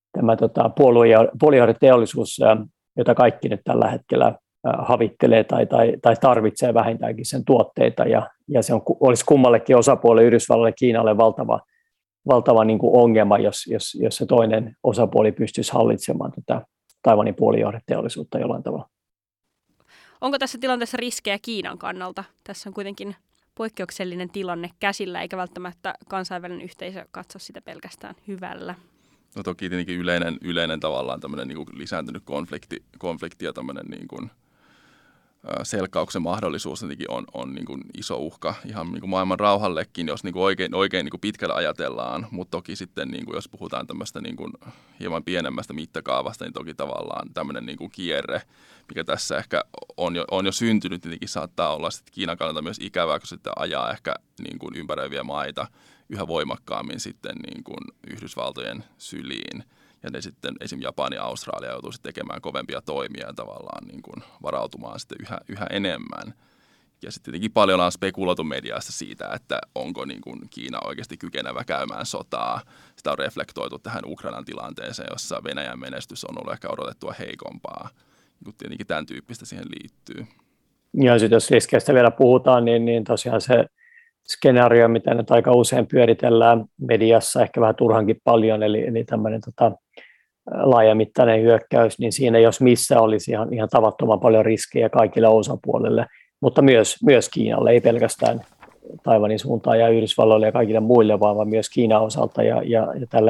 [SPEAKER 7] puolijohdeteollisuus, jota kaikki nyt tällä hetkellä havittelee tai tarvitsee vähintäänkin sen tuotteita, ja se olisi kummallekin osapuolelle, Yhdysvalloille ja Kiinalle valtava niin kuin ongelma, jos se toinen osapuoli pystyisi hallitsemaan tätä Taiwanin puolijohdeteollisuutta jollain tavalla.
[SPEAKER 1] Onko tässä tilanteessa riskejä Kiinan kannalta? Tässä on kuitenkin poikkeuksellinen tilanne käsillä, eikä välttämättä kansainvälinen yhteisö katso sitä pelkästään hyvällä.
[SPEAKER 5] No toki tietenkin yleinen tavallaan tämmöinen niin kuin lisääntynyt konflikti ja tämmöinen niin kuin selkkauksen mahdollisuus on niin kuin iso uhka ihan niin kuin maailman rauhallekin, jos niin kuin oikein niin kuin pitkällä ajatellaan, mutta toki sitten niin kuin jos puhutaan tämmöistä niin kuin hieman pienemmästä mittakaavasta, niin toki tavallaan tämmöinen niin kuin kierre, mikä tässä ehkä on jo syntynyt, tietenkin saattaa olla sitten Kiinan kannalta myös ikävää, kun sitten ajaa ehkä niin kuin ympäröiviä maita yhä voimakkaammin sitten niin kuin Yhdysvaltojen syliin. Ja ne sitten esimerkiksi Japani ja Australia joutuu sitten tekemään kovempia toimia ja tavallaan niin kuin varautumaan sitten yhä enemmän. Ja sitten tietenkin paljon on spekuloitu mediassa siitä, että onko niin kuin Kiina oikeasti kykenevä käymään sotaa. Sitä on reflektoitu tähän Ukrainan tilanteeseen, jossa Venäjän menestys on ollut ehkä odotettua heikompaa. Tietenkin tämän tyyppistä siihen liittyy.
[SPEAKER 7] Ja sitten jos riskeistä vielä puhutaan, niin tosiaan se skenaario, mitä nyt aika usein pyöritellään mediassa, ehkä vähän turhankin paljon, eli tämmöinen laajamittainen hyökkäys, niin siinä jos missä olisi ihan tavattoman paljon riskejä kaikille osapuolille, mutta myös Kiinalle, ei pelkästään Taiwanin suuntaan ja Yhdysvalloille ja kaikille muille, vaan myös Kiinan osalta, ja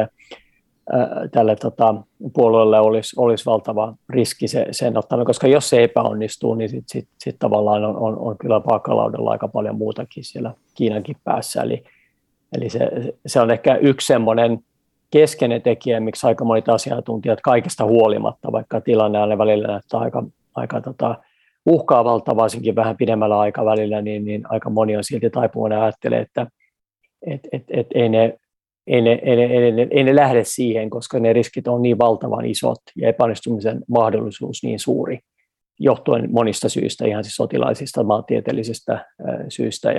[SPEAKER 7] tälle puolueelle olisi valtava riski sen ottaminen, koska jos se epäonnistuu, niin sit tavallaan on kyllä vaakalaudella aika paljon muutakin siellä Kiinankin päässä. Eli se on ehkä yksi semmoinen keskeinen tekijä, miksi aika monet asiantuntijat kaikesta huolimatta, vaikka tilanne aina välillä näyttää aika uhkaavalta, varsinkin vähän pidemmällä aikavälillä, niin aika moni on silti taipuvainen ajattelee, että ei ne lähde siihen, koska ne riskit on niin valtavan isot ja epäonnistumisen mahdollisuus niin suuri, johtuen monista syistä, ihan siis sotilaisista, maantieteellisistä syistä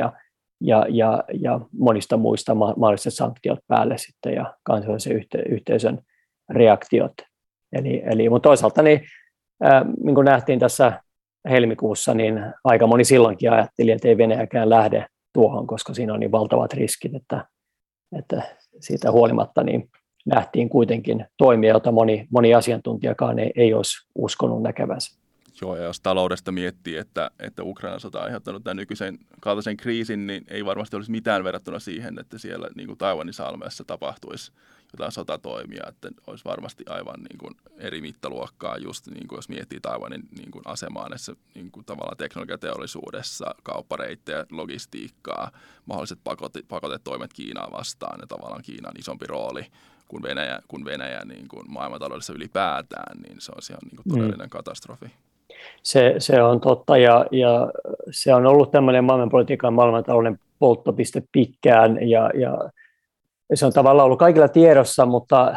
[SPEAKER 7] ja monista muista mahdolliset sanktiot päälle sitten ja kansainvälisen yhteisön reaktiot. Mutta toisaalta niin kuin nähtiin tässä helmikuussa, niin aika moni silloinkin ajatteli, että ei Venäjäkään lähde tuohon, koska siinä on niin valtavat riskit, että siitä huolimatta niin nähtiin kuitenkin toimia, jota moni asiantuntijakaan ei olisi uskonut näkevänsä.
[SPEAKER 5] Joo, ja jos taloudesta miettii, että Ukrainan sota on aiheuttanut tämän nykyisen kaltaisen kriisin, niin ei varmasti olisi mitään verrattuna siihen, että siellä niin kuin Taiwanin salmeessa tapahtuisi jotain sotatoimia, että olisi varmasti aivan niin kuin eri mittaluokkaa, just niin kuin jos miettii Taiwanin niin kuin asemaa näissä niin kuin tavallaan teknologiateollisuudessa, kauppareittejä, logistiikkaa, mahdolliset pakotetoimet Kiinaa vastaan ja tavallaan Kiinan isompi rooli kuin Venäjä niin kuin maailmantaloudessa ylipäätään, niin se on ihan niin kuin todellinen katastrofi.
[SPEAKER 7] Se on totta ja se on ollut tämmöinen maailmanpolitiikan maailmantalouden polttopiste pitkään ja se on tavallaan ollut kaikilla tiedossa, mutta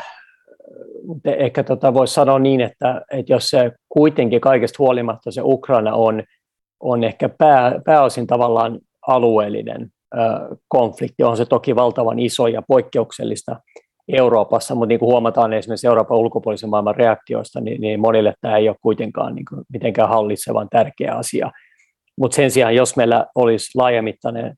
[SPEAKER 7] ehkä voisi sanoa niin, että jos se kuitenkin kaikesta huolimatta se Ukraina on ehkä pääosin tavallaan alueellinen konflikti, on se toki valtavan iso ja poikkeuksellista Euroopassa, mutta niin kuin huomataan esimerkiksi Euroopan ulkopuolisen maailman reaktioista, niin monille tämä ei ole kuitenkaan niin kuin mitenkään hallitsevan tärkeä asia. Mutta sen sijaan, jos meillä olisi laajamittainen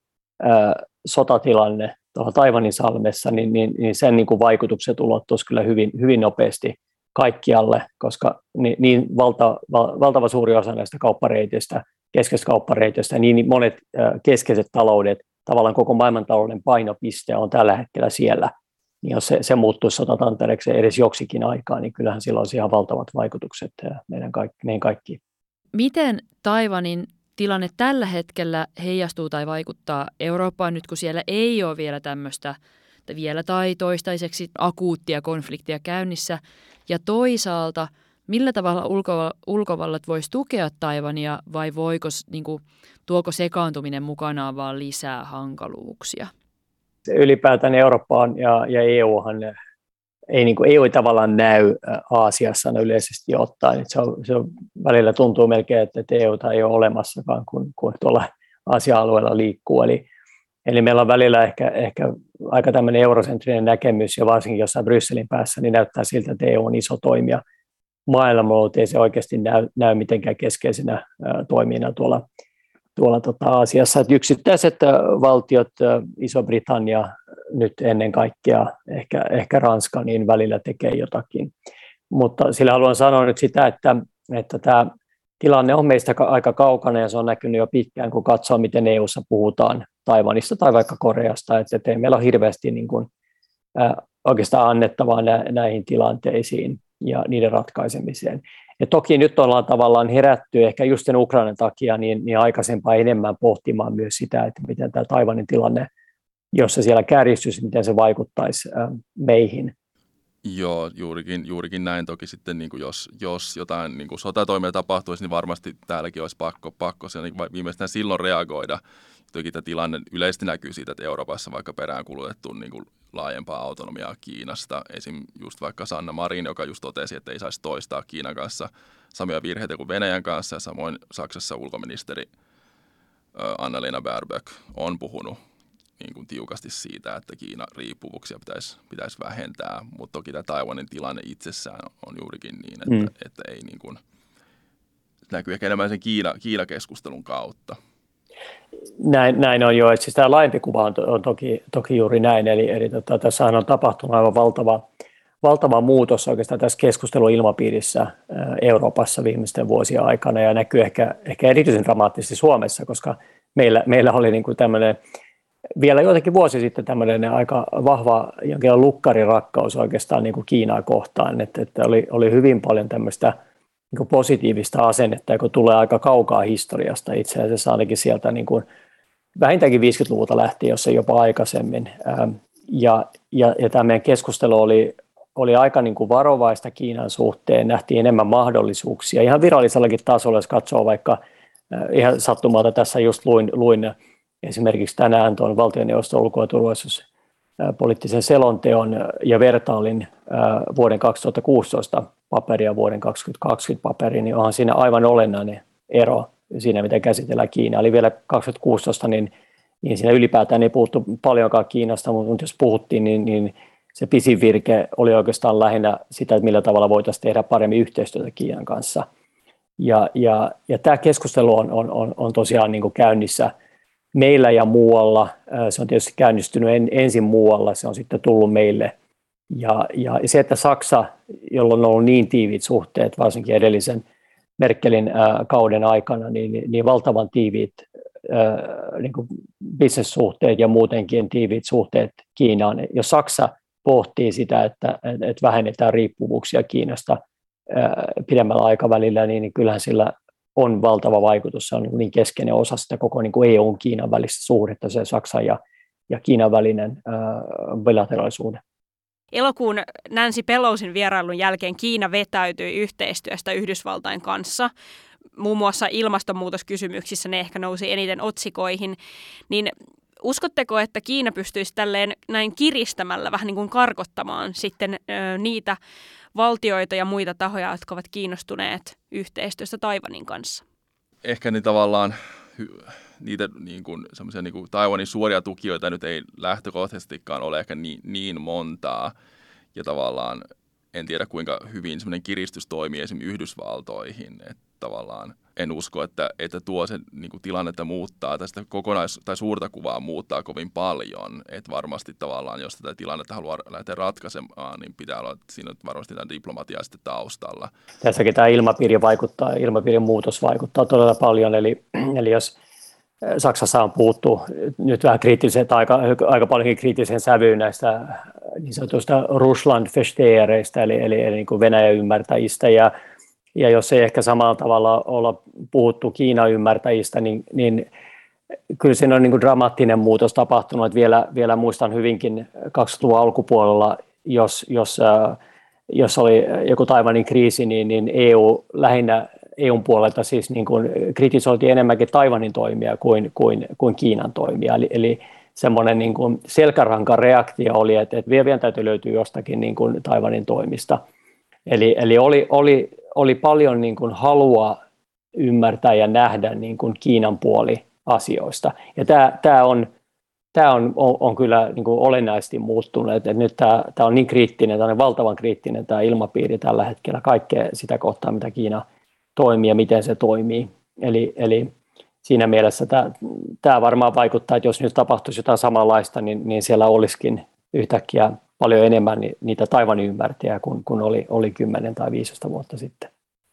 [SPEAKER 7] sotatilanne tuolla Taiwanin salmessa, niin sen niin kuin vaikutukset ulottuisivat kyllä hyvin, hyvin nopeasti kaikkialle, koska niin valtava suuri osa näistä kauppareiteistä, keskeisistä kauppareiteistä, niin monet keskeiset taloudet, tavallaan koko maailmantalouden painopiste on tällä hetkellä siellä. Niin jos se muuttuisi sotatantereeksi edes joksikin aikaa, niin kyllähän sillä olisi ihan valtavat vaikutukset meidän kaikkiin.
[SPEAKER 6] Miten Taiwanin tilanne tällä hetkellä heijastuu tai vaikuttaa Eurooppaan nyt, kun siellä ei ole vielä tämmöistä vielä tai toistaiseksi akuuttia konfliktia käynnissä? Ja toisaalta, millä tavalla ulkovallat voisi tukea Taiwania vai tuoko sekaantuminen mukanaan vaan lisää hankaluuksia?
[SPEAKER 7] Ylipäätään Eurooppaan ja EUhan EU ei tavallaan näy Aasiassa yleisesti ottaen. Se on välillä tuntuu melkein, että EUta ei ole olemassakaan, kun tuolla Aasian alueella liikkuu. Eli meillä on välillä ehkä aika tämmöinen eurosentrinen näkemys, ja varsinkin jossain Brysselin päässä, niin näyttää siltä, että EU on iso toimija maailmalla, mutta ei se oikeasti näy mitenkään keskeisenä toimijana tuolla Aasiassa. Että yksittäiset valtiot, Iso-Britannia nyt ennen kaikkea, ehkä Ranska, niin välillä tekee jotakin. Mutta sillä haluan sanoa nyt sitä, että tämä tilanne on meistä aika kaukana ja se on näkynyt jo pitkään, kun katsoo, miten EU:ssa puhutaan Taiwanista tai vaikka Koreasta. Että ei meillä ole hirveästi niin kuin, oikeastaan annettavaa näihin tilanteisiin ja niiden ratkaisemiseen. Ja toki nyt ollaan tavallaan herätty ehkä just sen Ukrainan takia niin aikaisempaa enemmän pohtimaan myös sitä, että miten tämä Taiwanin tilanne, jos se siellä kärjistyisi, miten se vaikuttaisi meihin.
[SPEAKER 5] Joo, juurikin näin. Toki sitten niin kuin jos jotain niin kuin sotatoimia tapahtuisi, niin varmasti täälläkin olisi pakko viimeistään silloin reagoida. Toki tämä tilanne yleisesti näkyy siitä, että Euroopassa vaikka peräänkulutettu niin kuin laajempaa autonomiaa Kiinasta. Esim. Just vaikka Sanna Marin, joka just totesi, että ei saisi toistaa Kiinan kanssa samoja virheitä kuin Venäjän kanssa. Ja samoin Saksassa ulkoministeri Annalena Baerbock on puhunut niin kuin tiukasti siitä, että Kiinan riippuvuuksia pitäisi vähentää. Mutta toki tämä Taiwanin tilanne itsessään on juurikin niin, että ei niin kuin, näkyy ehkä enemmän sen Kiina-keskustelun kautta.
[SPEAKER 7] Näin on jo, että siis tämä laajempi kuva on toki juuri näin, eli tässähän on tapahtunut aivan valtava muutos oikeastaan tässä keskusteluilmapiirissä Euroopassa viimeisten vuosien aikana ja näkyy ehkä erityisen dramaattisesti Suomessa, koska meillä oli niin kuin tämmöinen vielä joitakin vuosi sitten tämmöinen aika vahva jonkinlainen lukkarirakkaus oikeastaan niin kuin Kiinaa kohtaan, että oli hyvin paljon tämmöistä niin positiivista asennetta, joka tulee aika kaukaa historiasta itse asiassa ainakin sieltä niin kuin vähintäänkin 50-luvulta lähtien, jos ei jopa aikaisemmin. Ja tämä meidän keskustelu oli aika niin kuin varovaista Kiinan suhteen, nähtiin enemmän mahdollisuuksia. Ihan virallisellakin tasolla, jos katsoo vaikka ihan sattumalta tässä just luin esimerkiksi tänään tuon valtioneuvoston ulko- ja poliittisen selonteon ja vertailin vuoden 2016 paperia vuoden 2020 paperiin, niin onhan siinä aivan olennainen ero siinä, miten käsitellään Kiinaa. Eli vielä 2016, niin siinä ylipäätään ei puhuttu paljonkaan Kiinasta, mutta jos puhuttiin, niin se pisin virke oli oikeastaan lähinnä sitä, että millä tavalla voitaisiin tehdä paremmin yhteistyötä Kiinan kanssa. Ja tämä keskustelu on tosiaan niin kuin käynnissä meillä ja muualla. Se on tietysti käynnistynyt ensin muualla, se on sitten tullut meille. Ja se, että Saksa, jolla on ollut niin tiiviit suhteet, varsinkin edellisen Merkelin kauden aikana, niin valtavan tiiviit niin kuin bisnessuhteet ja muutenkin tiiviit suhteet Kiinaan. Jos Saksa pohtii sitä, että vähennetään riippuvuuksia Kiinasta pidemmällä aikavälillä, niin kyllähän sillä on valtava vaikutus. Se on niin keskeinen osa sitä koko niin kuin EU-Kiinan välistä suhdetta, se Saksan ja Kiinan välinen bilateraalisuuden.
[SPEAKER 1] Elokuun Nancy Pelosin vierailun jälkeen Kiina vetäytyi yhteistyöstä Yhdysvaltain kanssa. Muun muassa ilmastonmuutoskysymyksissä ne ehkä nousi eniten otsikoihin. Niin uskotteko, että Kiina pystyisi tälleen näin kiristämällä vähän niin kuin karkottamaan sitten niitä valtioita ja muita tahoja, jotka ovat kiinnostuneet yhteistyöstä Taiwanin kanssa?
[SPEAKER 5] Ehkä niin tavallaan niitä niin kuin, semmoisia niin kuin Taiwanin suoria tukijoita nyt ei lähtökohtaisestikaan ole ehkä niin montaa. Ja tavallaan en tiedä, kuinka hyvin semmoinen kiristys toimii esimerkiksi Yhdysvaltoihin. Että tavallaan en usko, että tuo sen niin kuin tilannetta muuttaa tai sitä tai suurta kuvaa muuttaa kovin paljon. Että varmasti tavallaan, jos tätä tilannetta haluaa lähteä ratkaisemaan, niin pitää olla siinä varmasti tämän diplomatiaa sitten taustalla.
[SPEAKER 7] Tässäkin tämä ilmapiirin muutos vaikuttaa todella paljon. Eli jos Saksassa on puhuttu nyt vähän aika paljonkin kriittiseen sävyyn näistä niin sanotuista Russland-verstehereistä, eli niin kuin Venäjän ymmärtäjistä, ja jos ei ehkä samalla tavalla olla puhuttu Kiinan ymmärtäjistä, niin kyllä siinä on niin kuin dramaattinen muutos tapahtunut. Että vielä muistan hyvinkin 2000-luvun alkupuolella, jos oli joku Taiwanin kriisi, niin lähinnä EUn puolelta siis niin kuin kritisoitiin enemmänkin Taiwanin toimia kuin Kiinan toimia. Eli semmoinen niin kuin selkärankan reaktio oli, että vielä täytyy löytyä jostakin niin kuin Taiwanin toimista. Eli oli paljon niin kuin halua ymmärtää ja nähdä niin kuin Kiinan puoli asioista. Ja tämä on kyllä niin kuin olennaisesti muuttunut, että nyt tämä on niin kriittinen, tämä on valtavan kriittinen tämä ilmapiiri tällä hetkellä kaikkea sitä kohtaa, mitä Kiina toimii ja miten se toimii. Eli siinä mielessä tämä varmaan vaikuttaa, että jos nyt tapahtuisi jotain samanlaista, niin siellä olisikin yhtäkkiä paljon enemmän niitä Taiwanin ymmärtäjiä kuin oli 10 tai 15 vuotta sitten.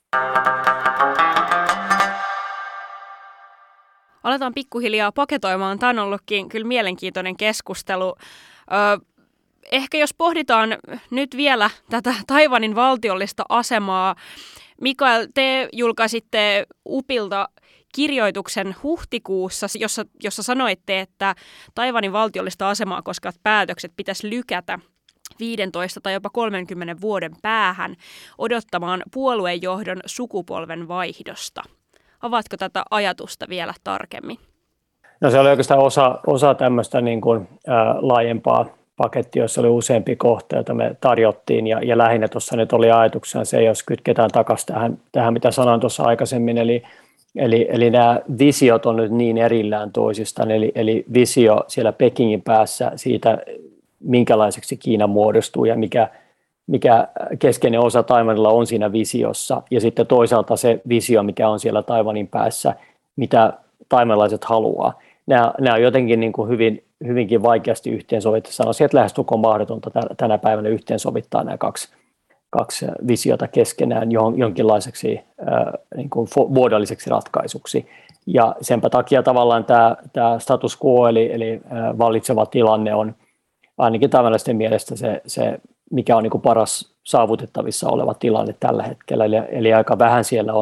[SPEAKER 1] Aletaan pikkuhiljaa paketoimaan. Tämä on ollutkin kyllä mielenkiintoinen keskustelu. Ehkä jos pohditaan nyt vielä tätä Taiwanin valtiollista asemaa. Mikael, te julkaisitte UPilta kirjoituksen huhtikuussa, jossa sanoitte, että Taiwanin valtiollista asemaa koskevat päätökset pitäisi lykätä 15 tai jopa 30 vuoden päähän odottamaan puoluejohdon sukupolven vaihdosta. Avaatko tätä ajatusta vielä tarkemmin?
[SPEAKER 7] No se oli oikeastaan osa tämmöistä niin kuin, laajempaa pakettia, jossa oli useampi kohta, jota me tarjottiin. Ja lähinnä tuossa nyt oli ajatuksena se, jos kytketään takaisin tähän mitä sanoin tuossa aikaisemmin, eli nämä visiot on nyt niin erillään toisistaan, eli visio siellä Pekingin päässä siitä, minkälaiseksi Kiina muodostuu ja mikä keskeinen osa Taiwanilla on siinä visiossa, ja sitten toisaalta se visio, mikä on siellä Taiwanin päässä, mitä taiwanilaiset haluaa. Nämä on jotenkin niin kuin hyvinkin vaikeasti yhteensovittaa. Sanoisin, että lähestulkoon mahdotonta tänä päivänä yhteensovittaa nämä kaksi visiota keskenään jonkinlaiseksi niin kuin muodolliseksi ratkaisuksi. Ja senpä takia tavallaan tämä status quo, eli vallitseva tilanne on ainakin taiwanalaisten mielestä se mikä on niin kuin paras saavutettavissa oleva tilanne tällä hetkellä. Eli aika vähän siellä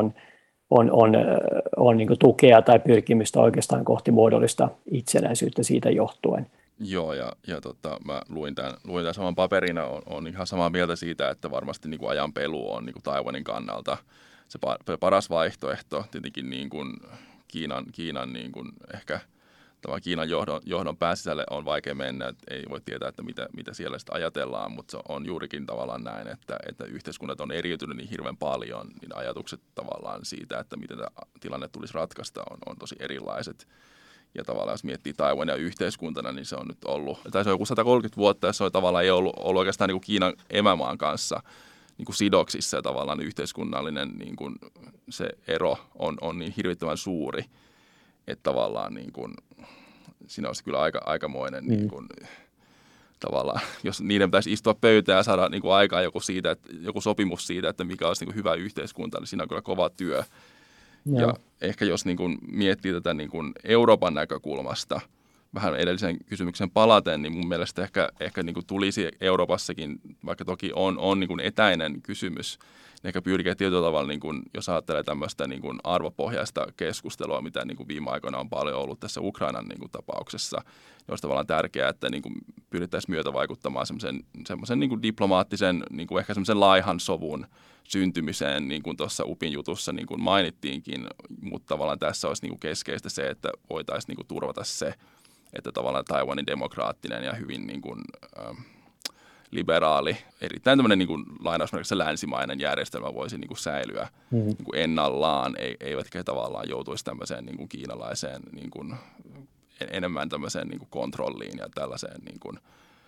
[SPEAKER 7] on niin kuin tukea tai pyrkimystä oikeastaan kohti muodollista itsenäisyyttä siitä johtuen.
[SPEAKER 5] Joo, ja mä luin tämän saman paperin, on ihan samaa mieltä siitä, että varmasti niin kuin ajan pelu on niin kuin Taiwanin kannalta se paras vaihtoehto. Tietenkin niin kuin Kiinan niin kuin ehkä Kiinan johdon pääsisälle on vaikea mennä, että ei voi tietää, että mitä siellä sitten ajatellaan, mutta se on juurikin tavallaan näin, että yhteiskunnat on eriytynyt niin hirveän paljon, niin ajatukset tavallaan siitä, että miten tämä tilanne tulisi ratkaista, on tosi erilaiset. Ja tavallaan jos miettii Taiwania yhteiskuntana, niin se on nyt ollut, tai se on joku 130 vuotta, ja se on tavallaan ei ollut oikeastaan niin kuin Kiinan emämaan kanssa niin kuin sidoksissa, ja tavallaan yhteiskunnallinen niin kuin se ero on niin hirvittävän suuri, että tavallaan niin kuin, siinä olisi kyllä aikamoinen niin kuin, tavallaan, jos niiden pitäisi istua pöytään ja saada niin kuin aikaan joku sopimus siitä, että mikä olisi niin kuin hyvä yhteiskunta, niin siinä on kyllä kova työ. Ja ehkä jos niin kuin miettii tätä niin kuin Euroopan näkökulmasta, vähän edellisen kysymyksen palaten, niin mun mielestä ehkä niin kuin tulisi Euroopassakin, vaikka toki on niin kuin etäinen kysymys, niin ehkä pyrkiä tietyllä tavalla, niin kuin, jos ajattelee tämmöistä niin kuin arvopohjaista keskustelua, mitä niin kuin viime aikoina on paljon ollut tässä Ukrainan niin kuin tapauksessa, niin olisi tavallaan tärkeää, että niin kuin pyrittäisiin myötävaikuttamaan semmoisen niin kuin diplomaattisen, niin kuin ehkä semmoisen laihan sovun syntymiseen, niin kuin tuossa UPin jutussa niin kuin mainittiinkin, mutta tavallaan tässä olisi niin kuin keskeistä se, että voitaisiin niin kuin turvata se, että tavallaan Taiwanin demokraattinen ja hyvin niin kuin, liberaali, erittäin tämmöinen niin kuin lainausmerkissä länsimainen järjestelmä voisi niin kuin säilyä niin kuin ennallaan, eivätkä tavallaan joutuisi tämmöiseen niin kuin kiinalaiseen niin kuin, enemmän tämmöiseen niin kuin kontrolliin ja tällaiseen niin kuin,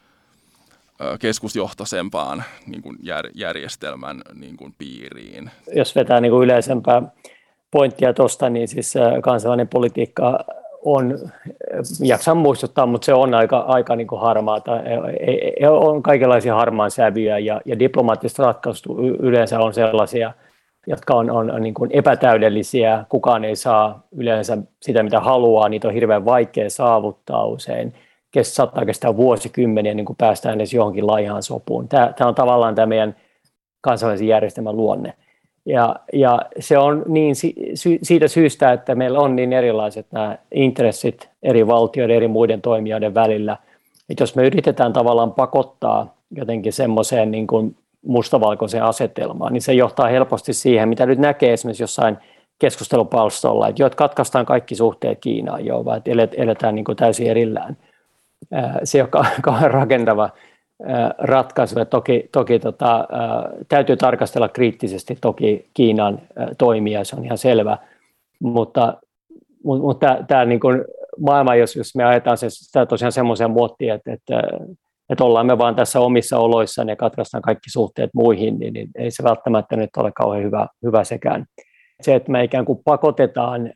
[SPEAKER 5] keskusjohtoisempaan niin kuin järjestelmän niin kuin piiriin.
[SPEAKER 7] Jos vetää niin kuin yleisempää pointtia tuosta, niin siis kansainvälinen politiikka on, jaksan muistuttaa, mutta se on aika niin kuin harmaata. On kaikenlaisia harmaan sävyjä ja diplomaattiset ratkaisut yleensä on sellaisia, jotka on niin kuin epätäydellisiä. Kukaan ei saa yleensä sitä, mitä haluaa. Niitä on hirveän vaikea saavuttaa usein. Saattaa kestää vuosikymmeniä, niin kuin päästään edes johonkin laihaan sopuun. Tämä on tavallaan tämä meidän kansainvälisen järjestelmän luonne. Ja se on niin siitä syystä, että meillä on niin erilaiset nämä intressit eri valtioiden, eri muiden toimijoiden välillä. Että jos me yritetään tavallaan pakottaa jotenkin semmoiseen niin kuin mustavalkoiseen asetelmaan, niin se johtaa helposti siihen, mitä nyt näkee esimerkiksi jossain keskustelupalstolla, että katkaistaan kaikki suhteet Kiinaan jo, vaan eletään niin kuin täysin erillään. Se, joka on rakentava ratkaisu. Toki täytyy tarkastella kriittisesti toki Kiinan toimia, se on ihan selvä, mutta tämä niin kuin maailma, jos me ajetaan sitä tosiaan semmoiseen muottiin, että ollaan me vaan tässä omissa oloissaan ja katkaistaan kaikki suhteet muihin, niin ei se välttämättä nyt ole kauhean hyvä sekään. Se, että me ikään kuin pakotetaan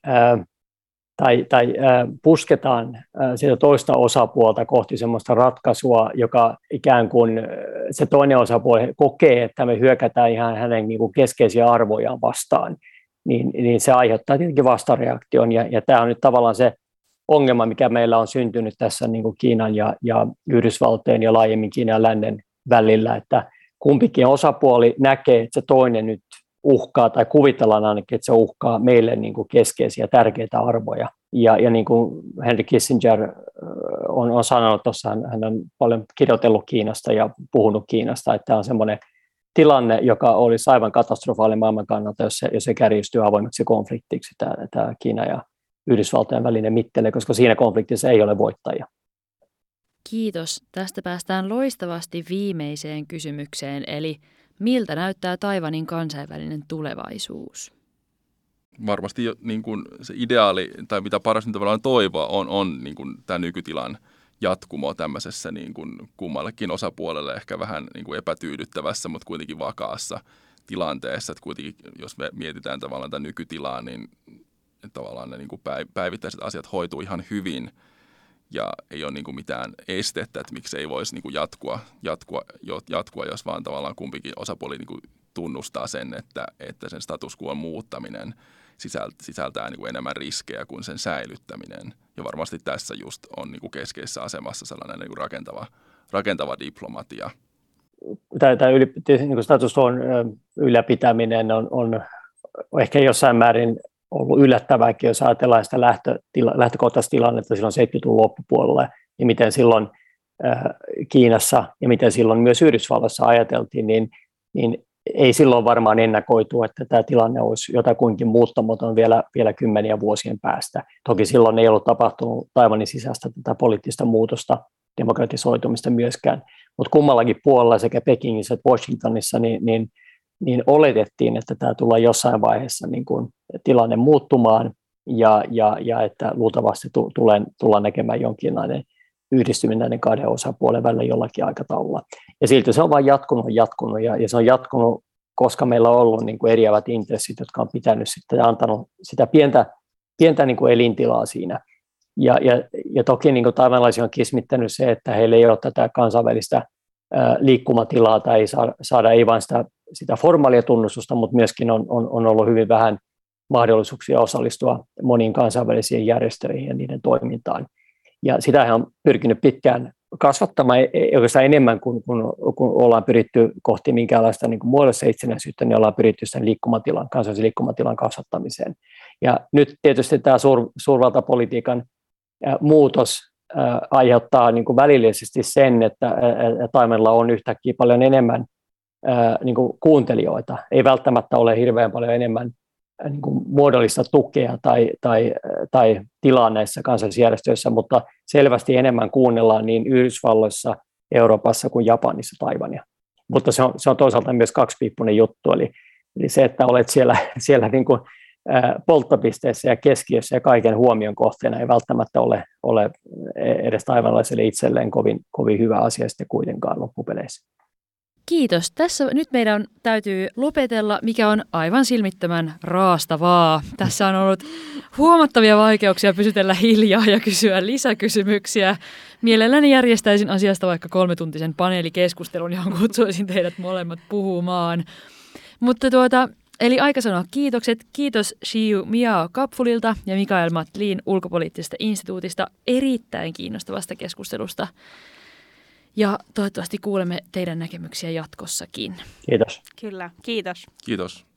[SPEAKER 7] tai pusketaan sitä toista osapuolta kohti semmoista ratkaisua, joka ikään kuin se toinen osapuoli kokee, että me hyökätään ihan hänen niin kuin keskeisiä arvojaan vastaan, niin se aiheuttaa tietenkin vastareaktion. Ja tämä on nyt tavallaan se ongelma, mikä meillä on syntynyt tässä niin kuin Kiinan ja Yhdysvaltojen ja laajemmin Kiinan ja lännen välillä, että kumpikin osapuoli näkee, että se toinen nyt uhkaa, tai kuvitellaan ainakin, että se uhkaa meille niin kuin keskeisiä tärkeitä arvoja. Ja niin kuin Henry Kissinger on sanonut tuossa, hän on paljon kirjoitellut Kiinasta ja puhunut Kiinasta, että tämä on semmoinen tilanne, joka olisi aivan katastrofaalinen maailman kannalta, jos se kärjistyy avoimeksi konfliktiksi, tämä Kiina ja Yhdysvaltojen välinen mittele, koska siinä konfliktissa ei ole voittajia.
[SPEAKER 6] Kiitos. Tästä päästään loistavasti viimeiseen kysymykseen, eli miltä näyttää Taiwanin kansainvälinen tulevaisuus?
[SPEAKER 5] Varmasti niin kuin se ideaali, tai mitä paras tavallaan toivoa, on niin kuin tämä nykytilan jatkumo tämmöisessä niin kuin kummallekin osapuolelle ehkä vähän niin kuin epätyydyttävässä, mutta kuitenkin vakaassa tilanteessa. Että kuitenkin, jos me mietitään tavallaan tätä nykytilaa, niin tavallaan ne niin kuin päivittäiset asiat hoituu ihan hyvin ja ei ole niin kuin mitään estettä, että miksi ei voisi niin kuin jatkua, jos vaan tavallaan kumpikin osapuoli niin kuin tunnustaa sen, että sen status quo muuttaminen sisältää niin kuin enemmän riskejä kuin sen säilyttäminen. Ja varmasti tässä just on niin kuin keskeisessä asemassa sellainen niin kuin rakentava diplomatia.
[SPEAKER 7] Tämä niin status quon ylläpitäminen on ehkä jossain määrin ollut yllättävääkin, jos ajatellaan sitä lähtökohtaista tilannetta silloin 70-luvun loppupuolella, ja miten silloin Kiinassa ja miten silloin myös Yhdysvalloissa ajateltiin, niin ei silloin varmaan ennakoitu, että tämä tilanne olisi jotakuinkin muuttamaton vielä kymmeniä vuosien päästä. Toki silloin ei ollut tapahtunut Taiwanin sisäistä tätä poliittista muutosta, demokratisoitumista myöskään, mutta kummallakin puolella sekä Pekingissä että Washingtonissa niin oletettiin, että tämä tulee jossain vaiheessa niin kuin tilanne muuttumaan ja että luultavasti tullaan näkemään jonkinlainen yhdistyminen näiden kahden osapuolen välillä jollakin aikataululla. Ja silti se on vain jatkunut ja se on jatkunut, koska meillä on ollut niin kuin eriävät intressit, jotka on pitänyt sitten ja antanut sitä pientä niin kuin elintilaa siinä. Ja toki niin kuin taiwanlaisia on kismittänyt se, että heillä ei ole tätä kansainvälistä liikkumatilaa tai ei saada ei vain sitä formaalia tunnustusta, mutta myöskin on ollut hyvin vähän mahdollisuuksia osallistua moniin kansainvälisiin järjestöihin ja niiden toimintaan. Ja sitä he on pyrkinyt pitkään kasvattamaan oikeastaan enemmän kuin ollaan pyritty kohti minkäänlaista niin kuin muodossa itsenäisyyttä, niin ollaan pyritty sen kansallisen liikkumatilan kasvattamiseen. Ja nyt tietysti tämä suurvaltapolitiikan muutos aiheuttaa niin kuin välillisesti sen, että Taiwanilla on yhtäkkiä paljon enemmän niin kuin kuuntelijoita. Ei välttämättä ole hirveän paljon enemmän niin kuin muodollista tukea tai tilaa näissä kansallisjärjestöissä, mutta selvästi enemmän kuunnellaan niin Yhdysvalloissa, Euroopassa kuin Japanissa Taiwania. Mutta se on toisaalta myös kaksipiippunen juttu, eli se, että olet siellä niin kuin polttopisteessä ja keskiössä ja kaiken huomion kohteena ei välttämättä ole edes taiwanlaiselle itselleen kovin hyvä asia sitten kuitenkaan loppupeleissä.
[SPEAKER 6] Kiitos. Tässä nyt meidän täytyy lopetella, mikä on aivan silmittömän raastavaa. Tässä on ollut huomattavia vaikeuksia pysytellä hiljaa ja kysyä lisäkysymyksiä. Mielelläni järjestäisin asiasta vaikka 3-tuntisen paneelikeskustelun, johon kutsuisin teidät molemmat puhumaan. Mutta eli aika sanoa kiitokset. Kiitos Xiyu Miao Kapfulilta ja Mikael Matlin ulkopoliittisesta instituutista erittäin kiinnostavasta keskustelusta. Ja toivottavasti kuulemme teidän näkemyksiä jatkossakin.
[SPEAKER 7] Kiitos.
[SPEAKER 1] Kyllä, kiitos.
[SPEAKER 5] Kiitos.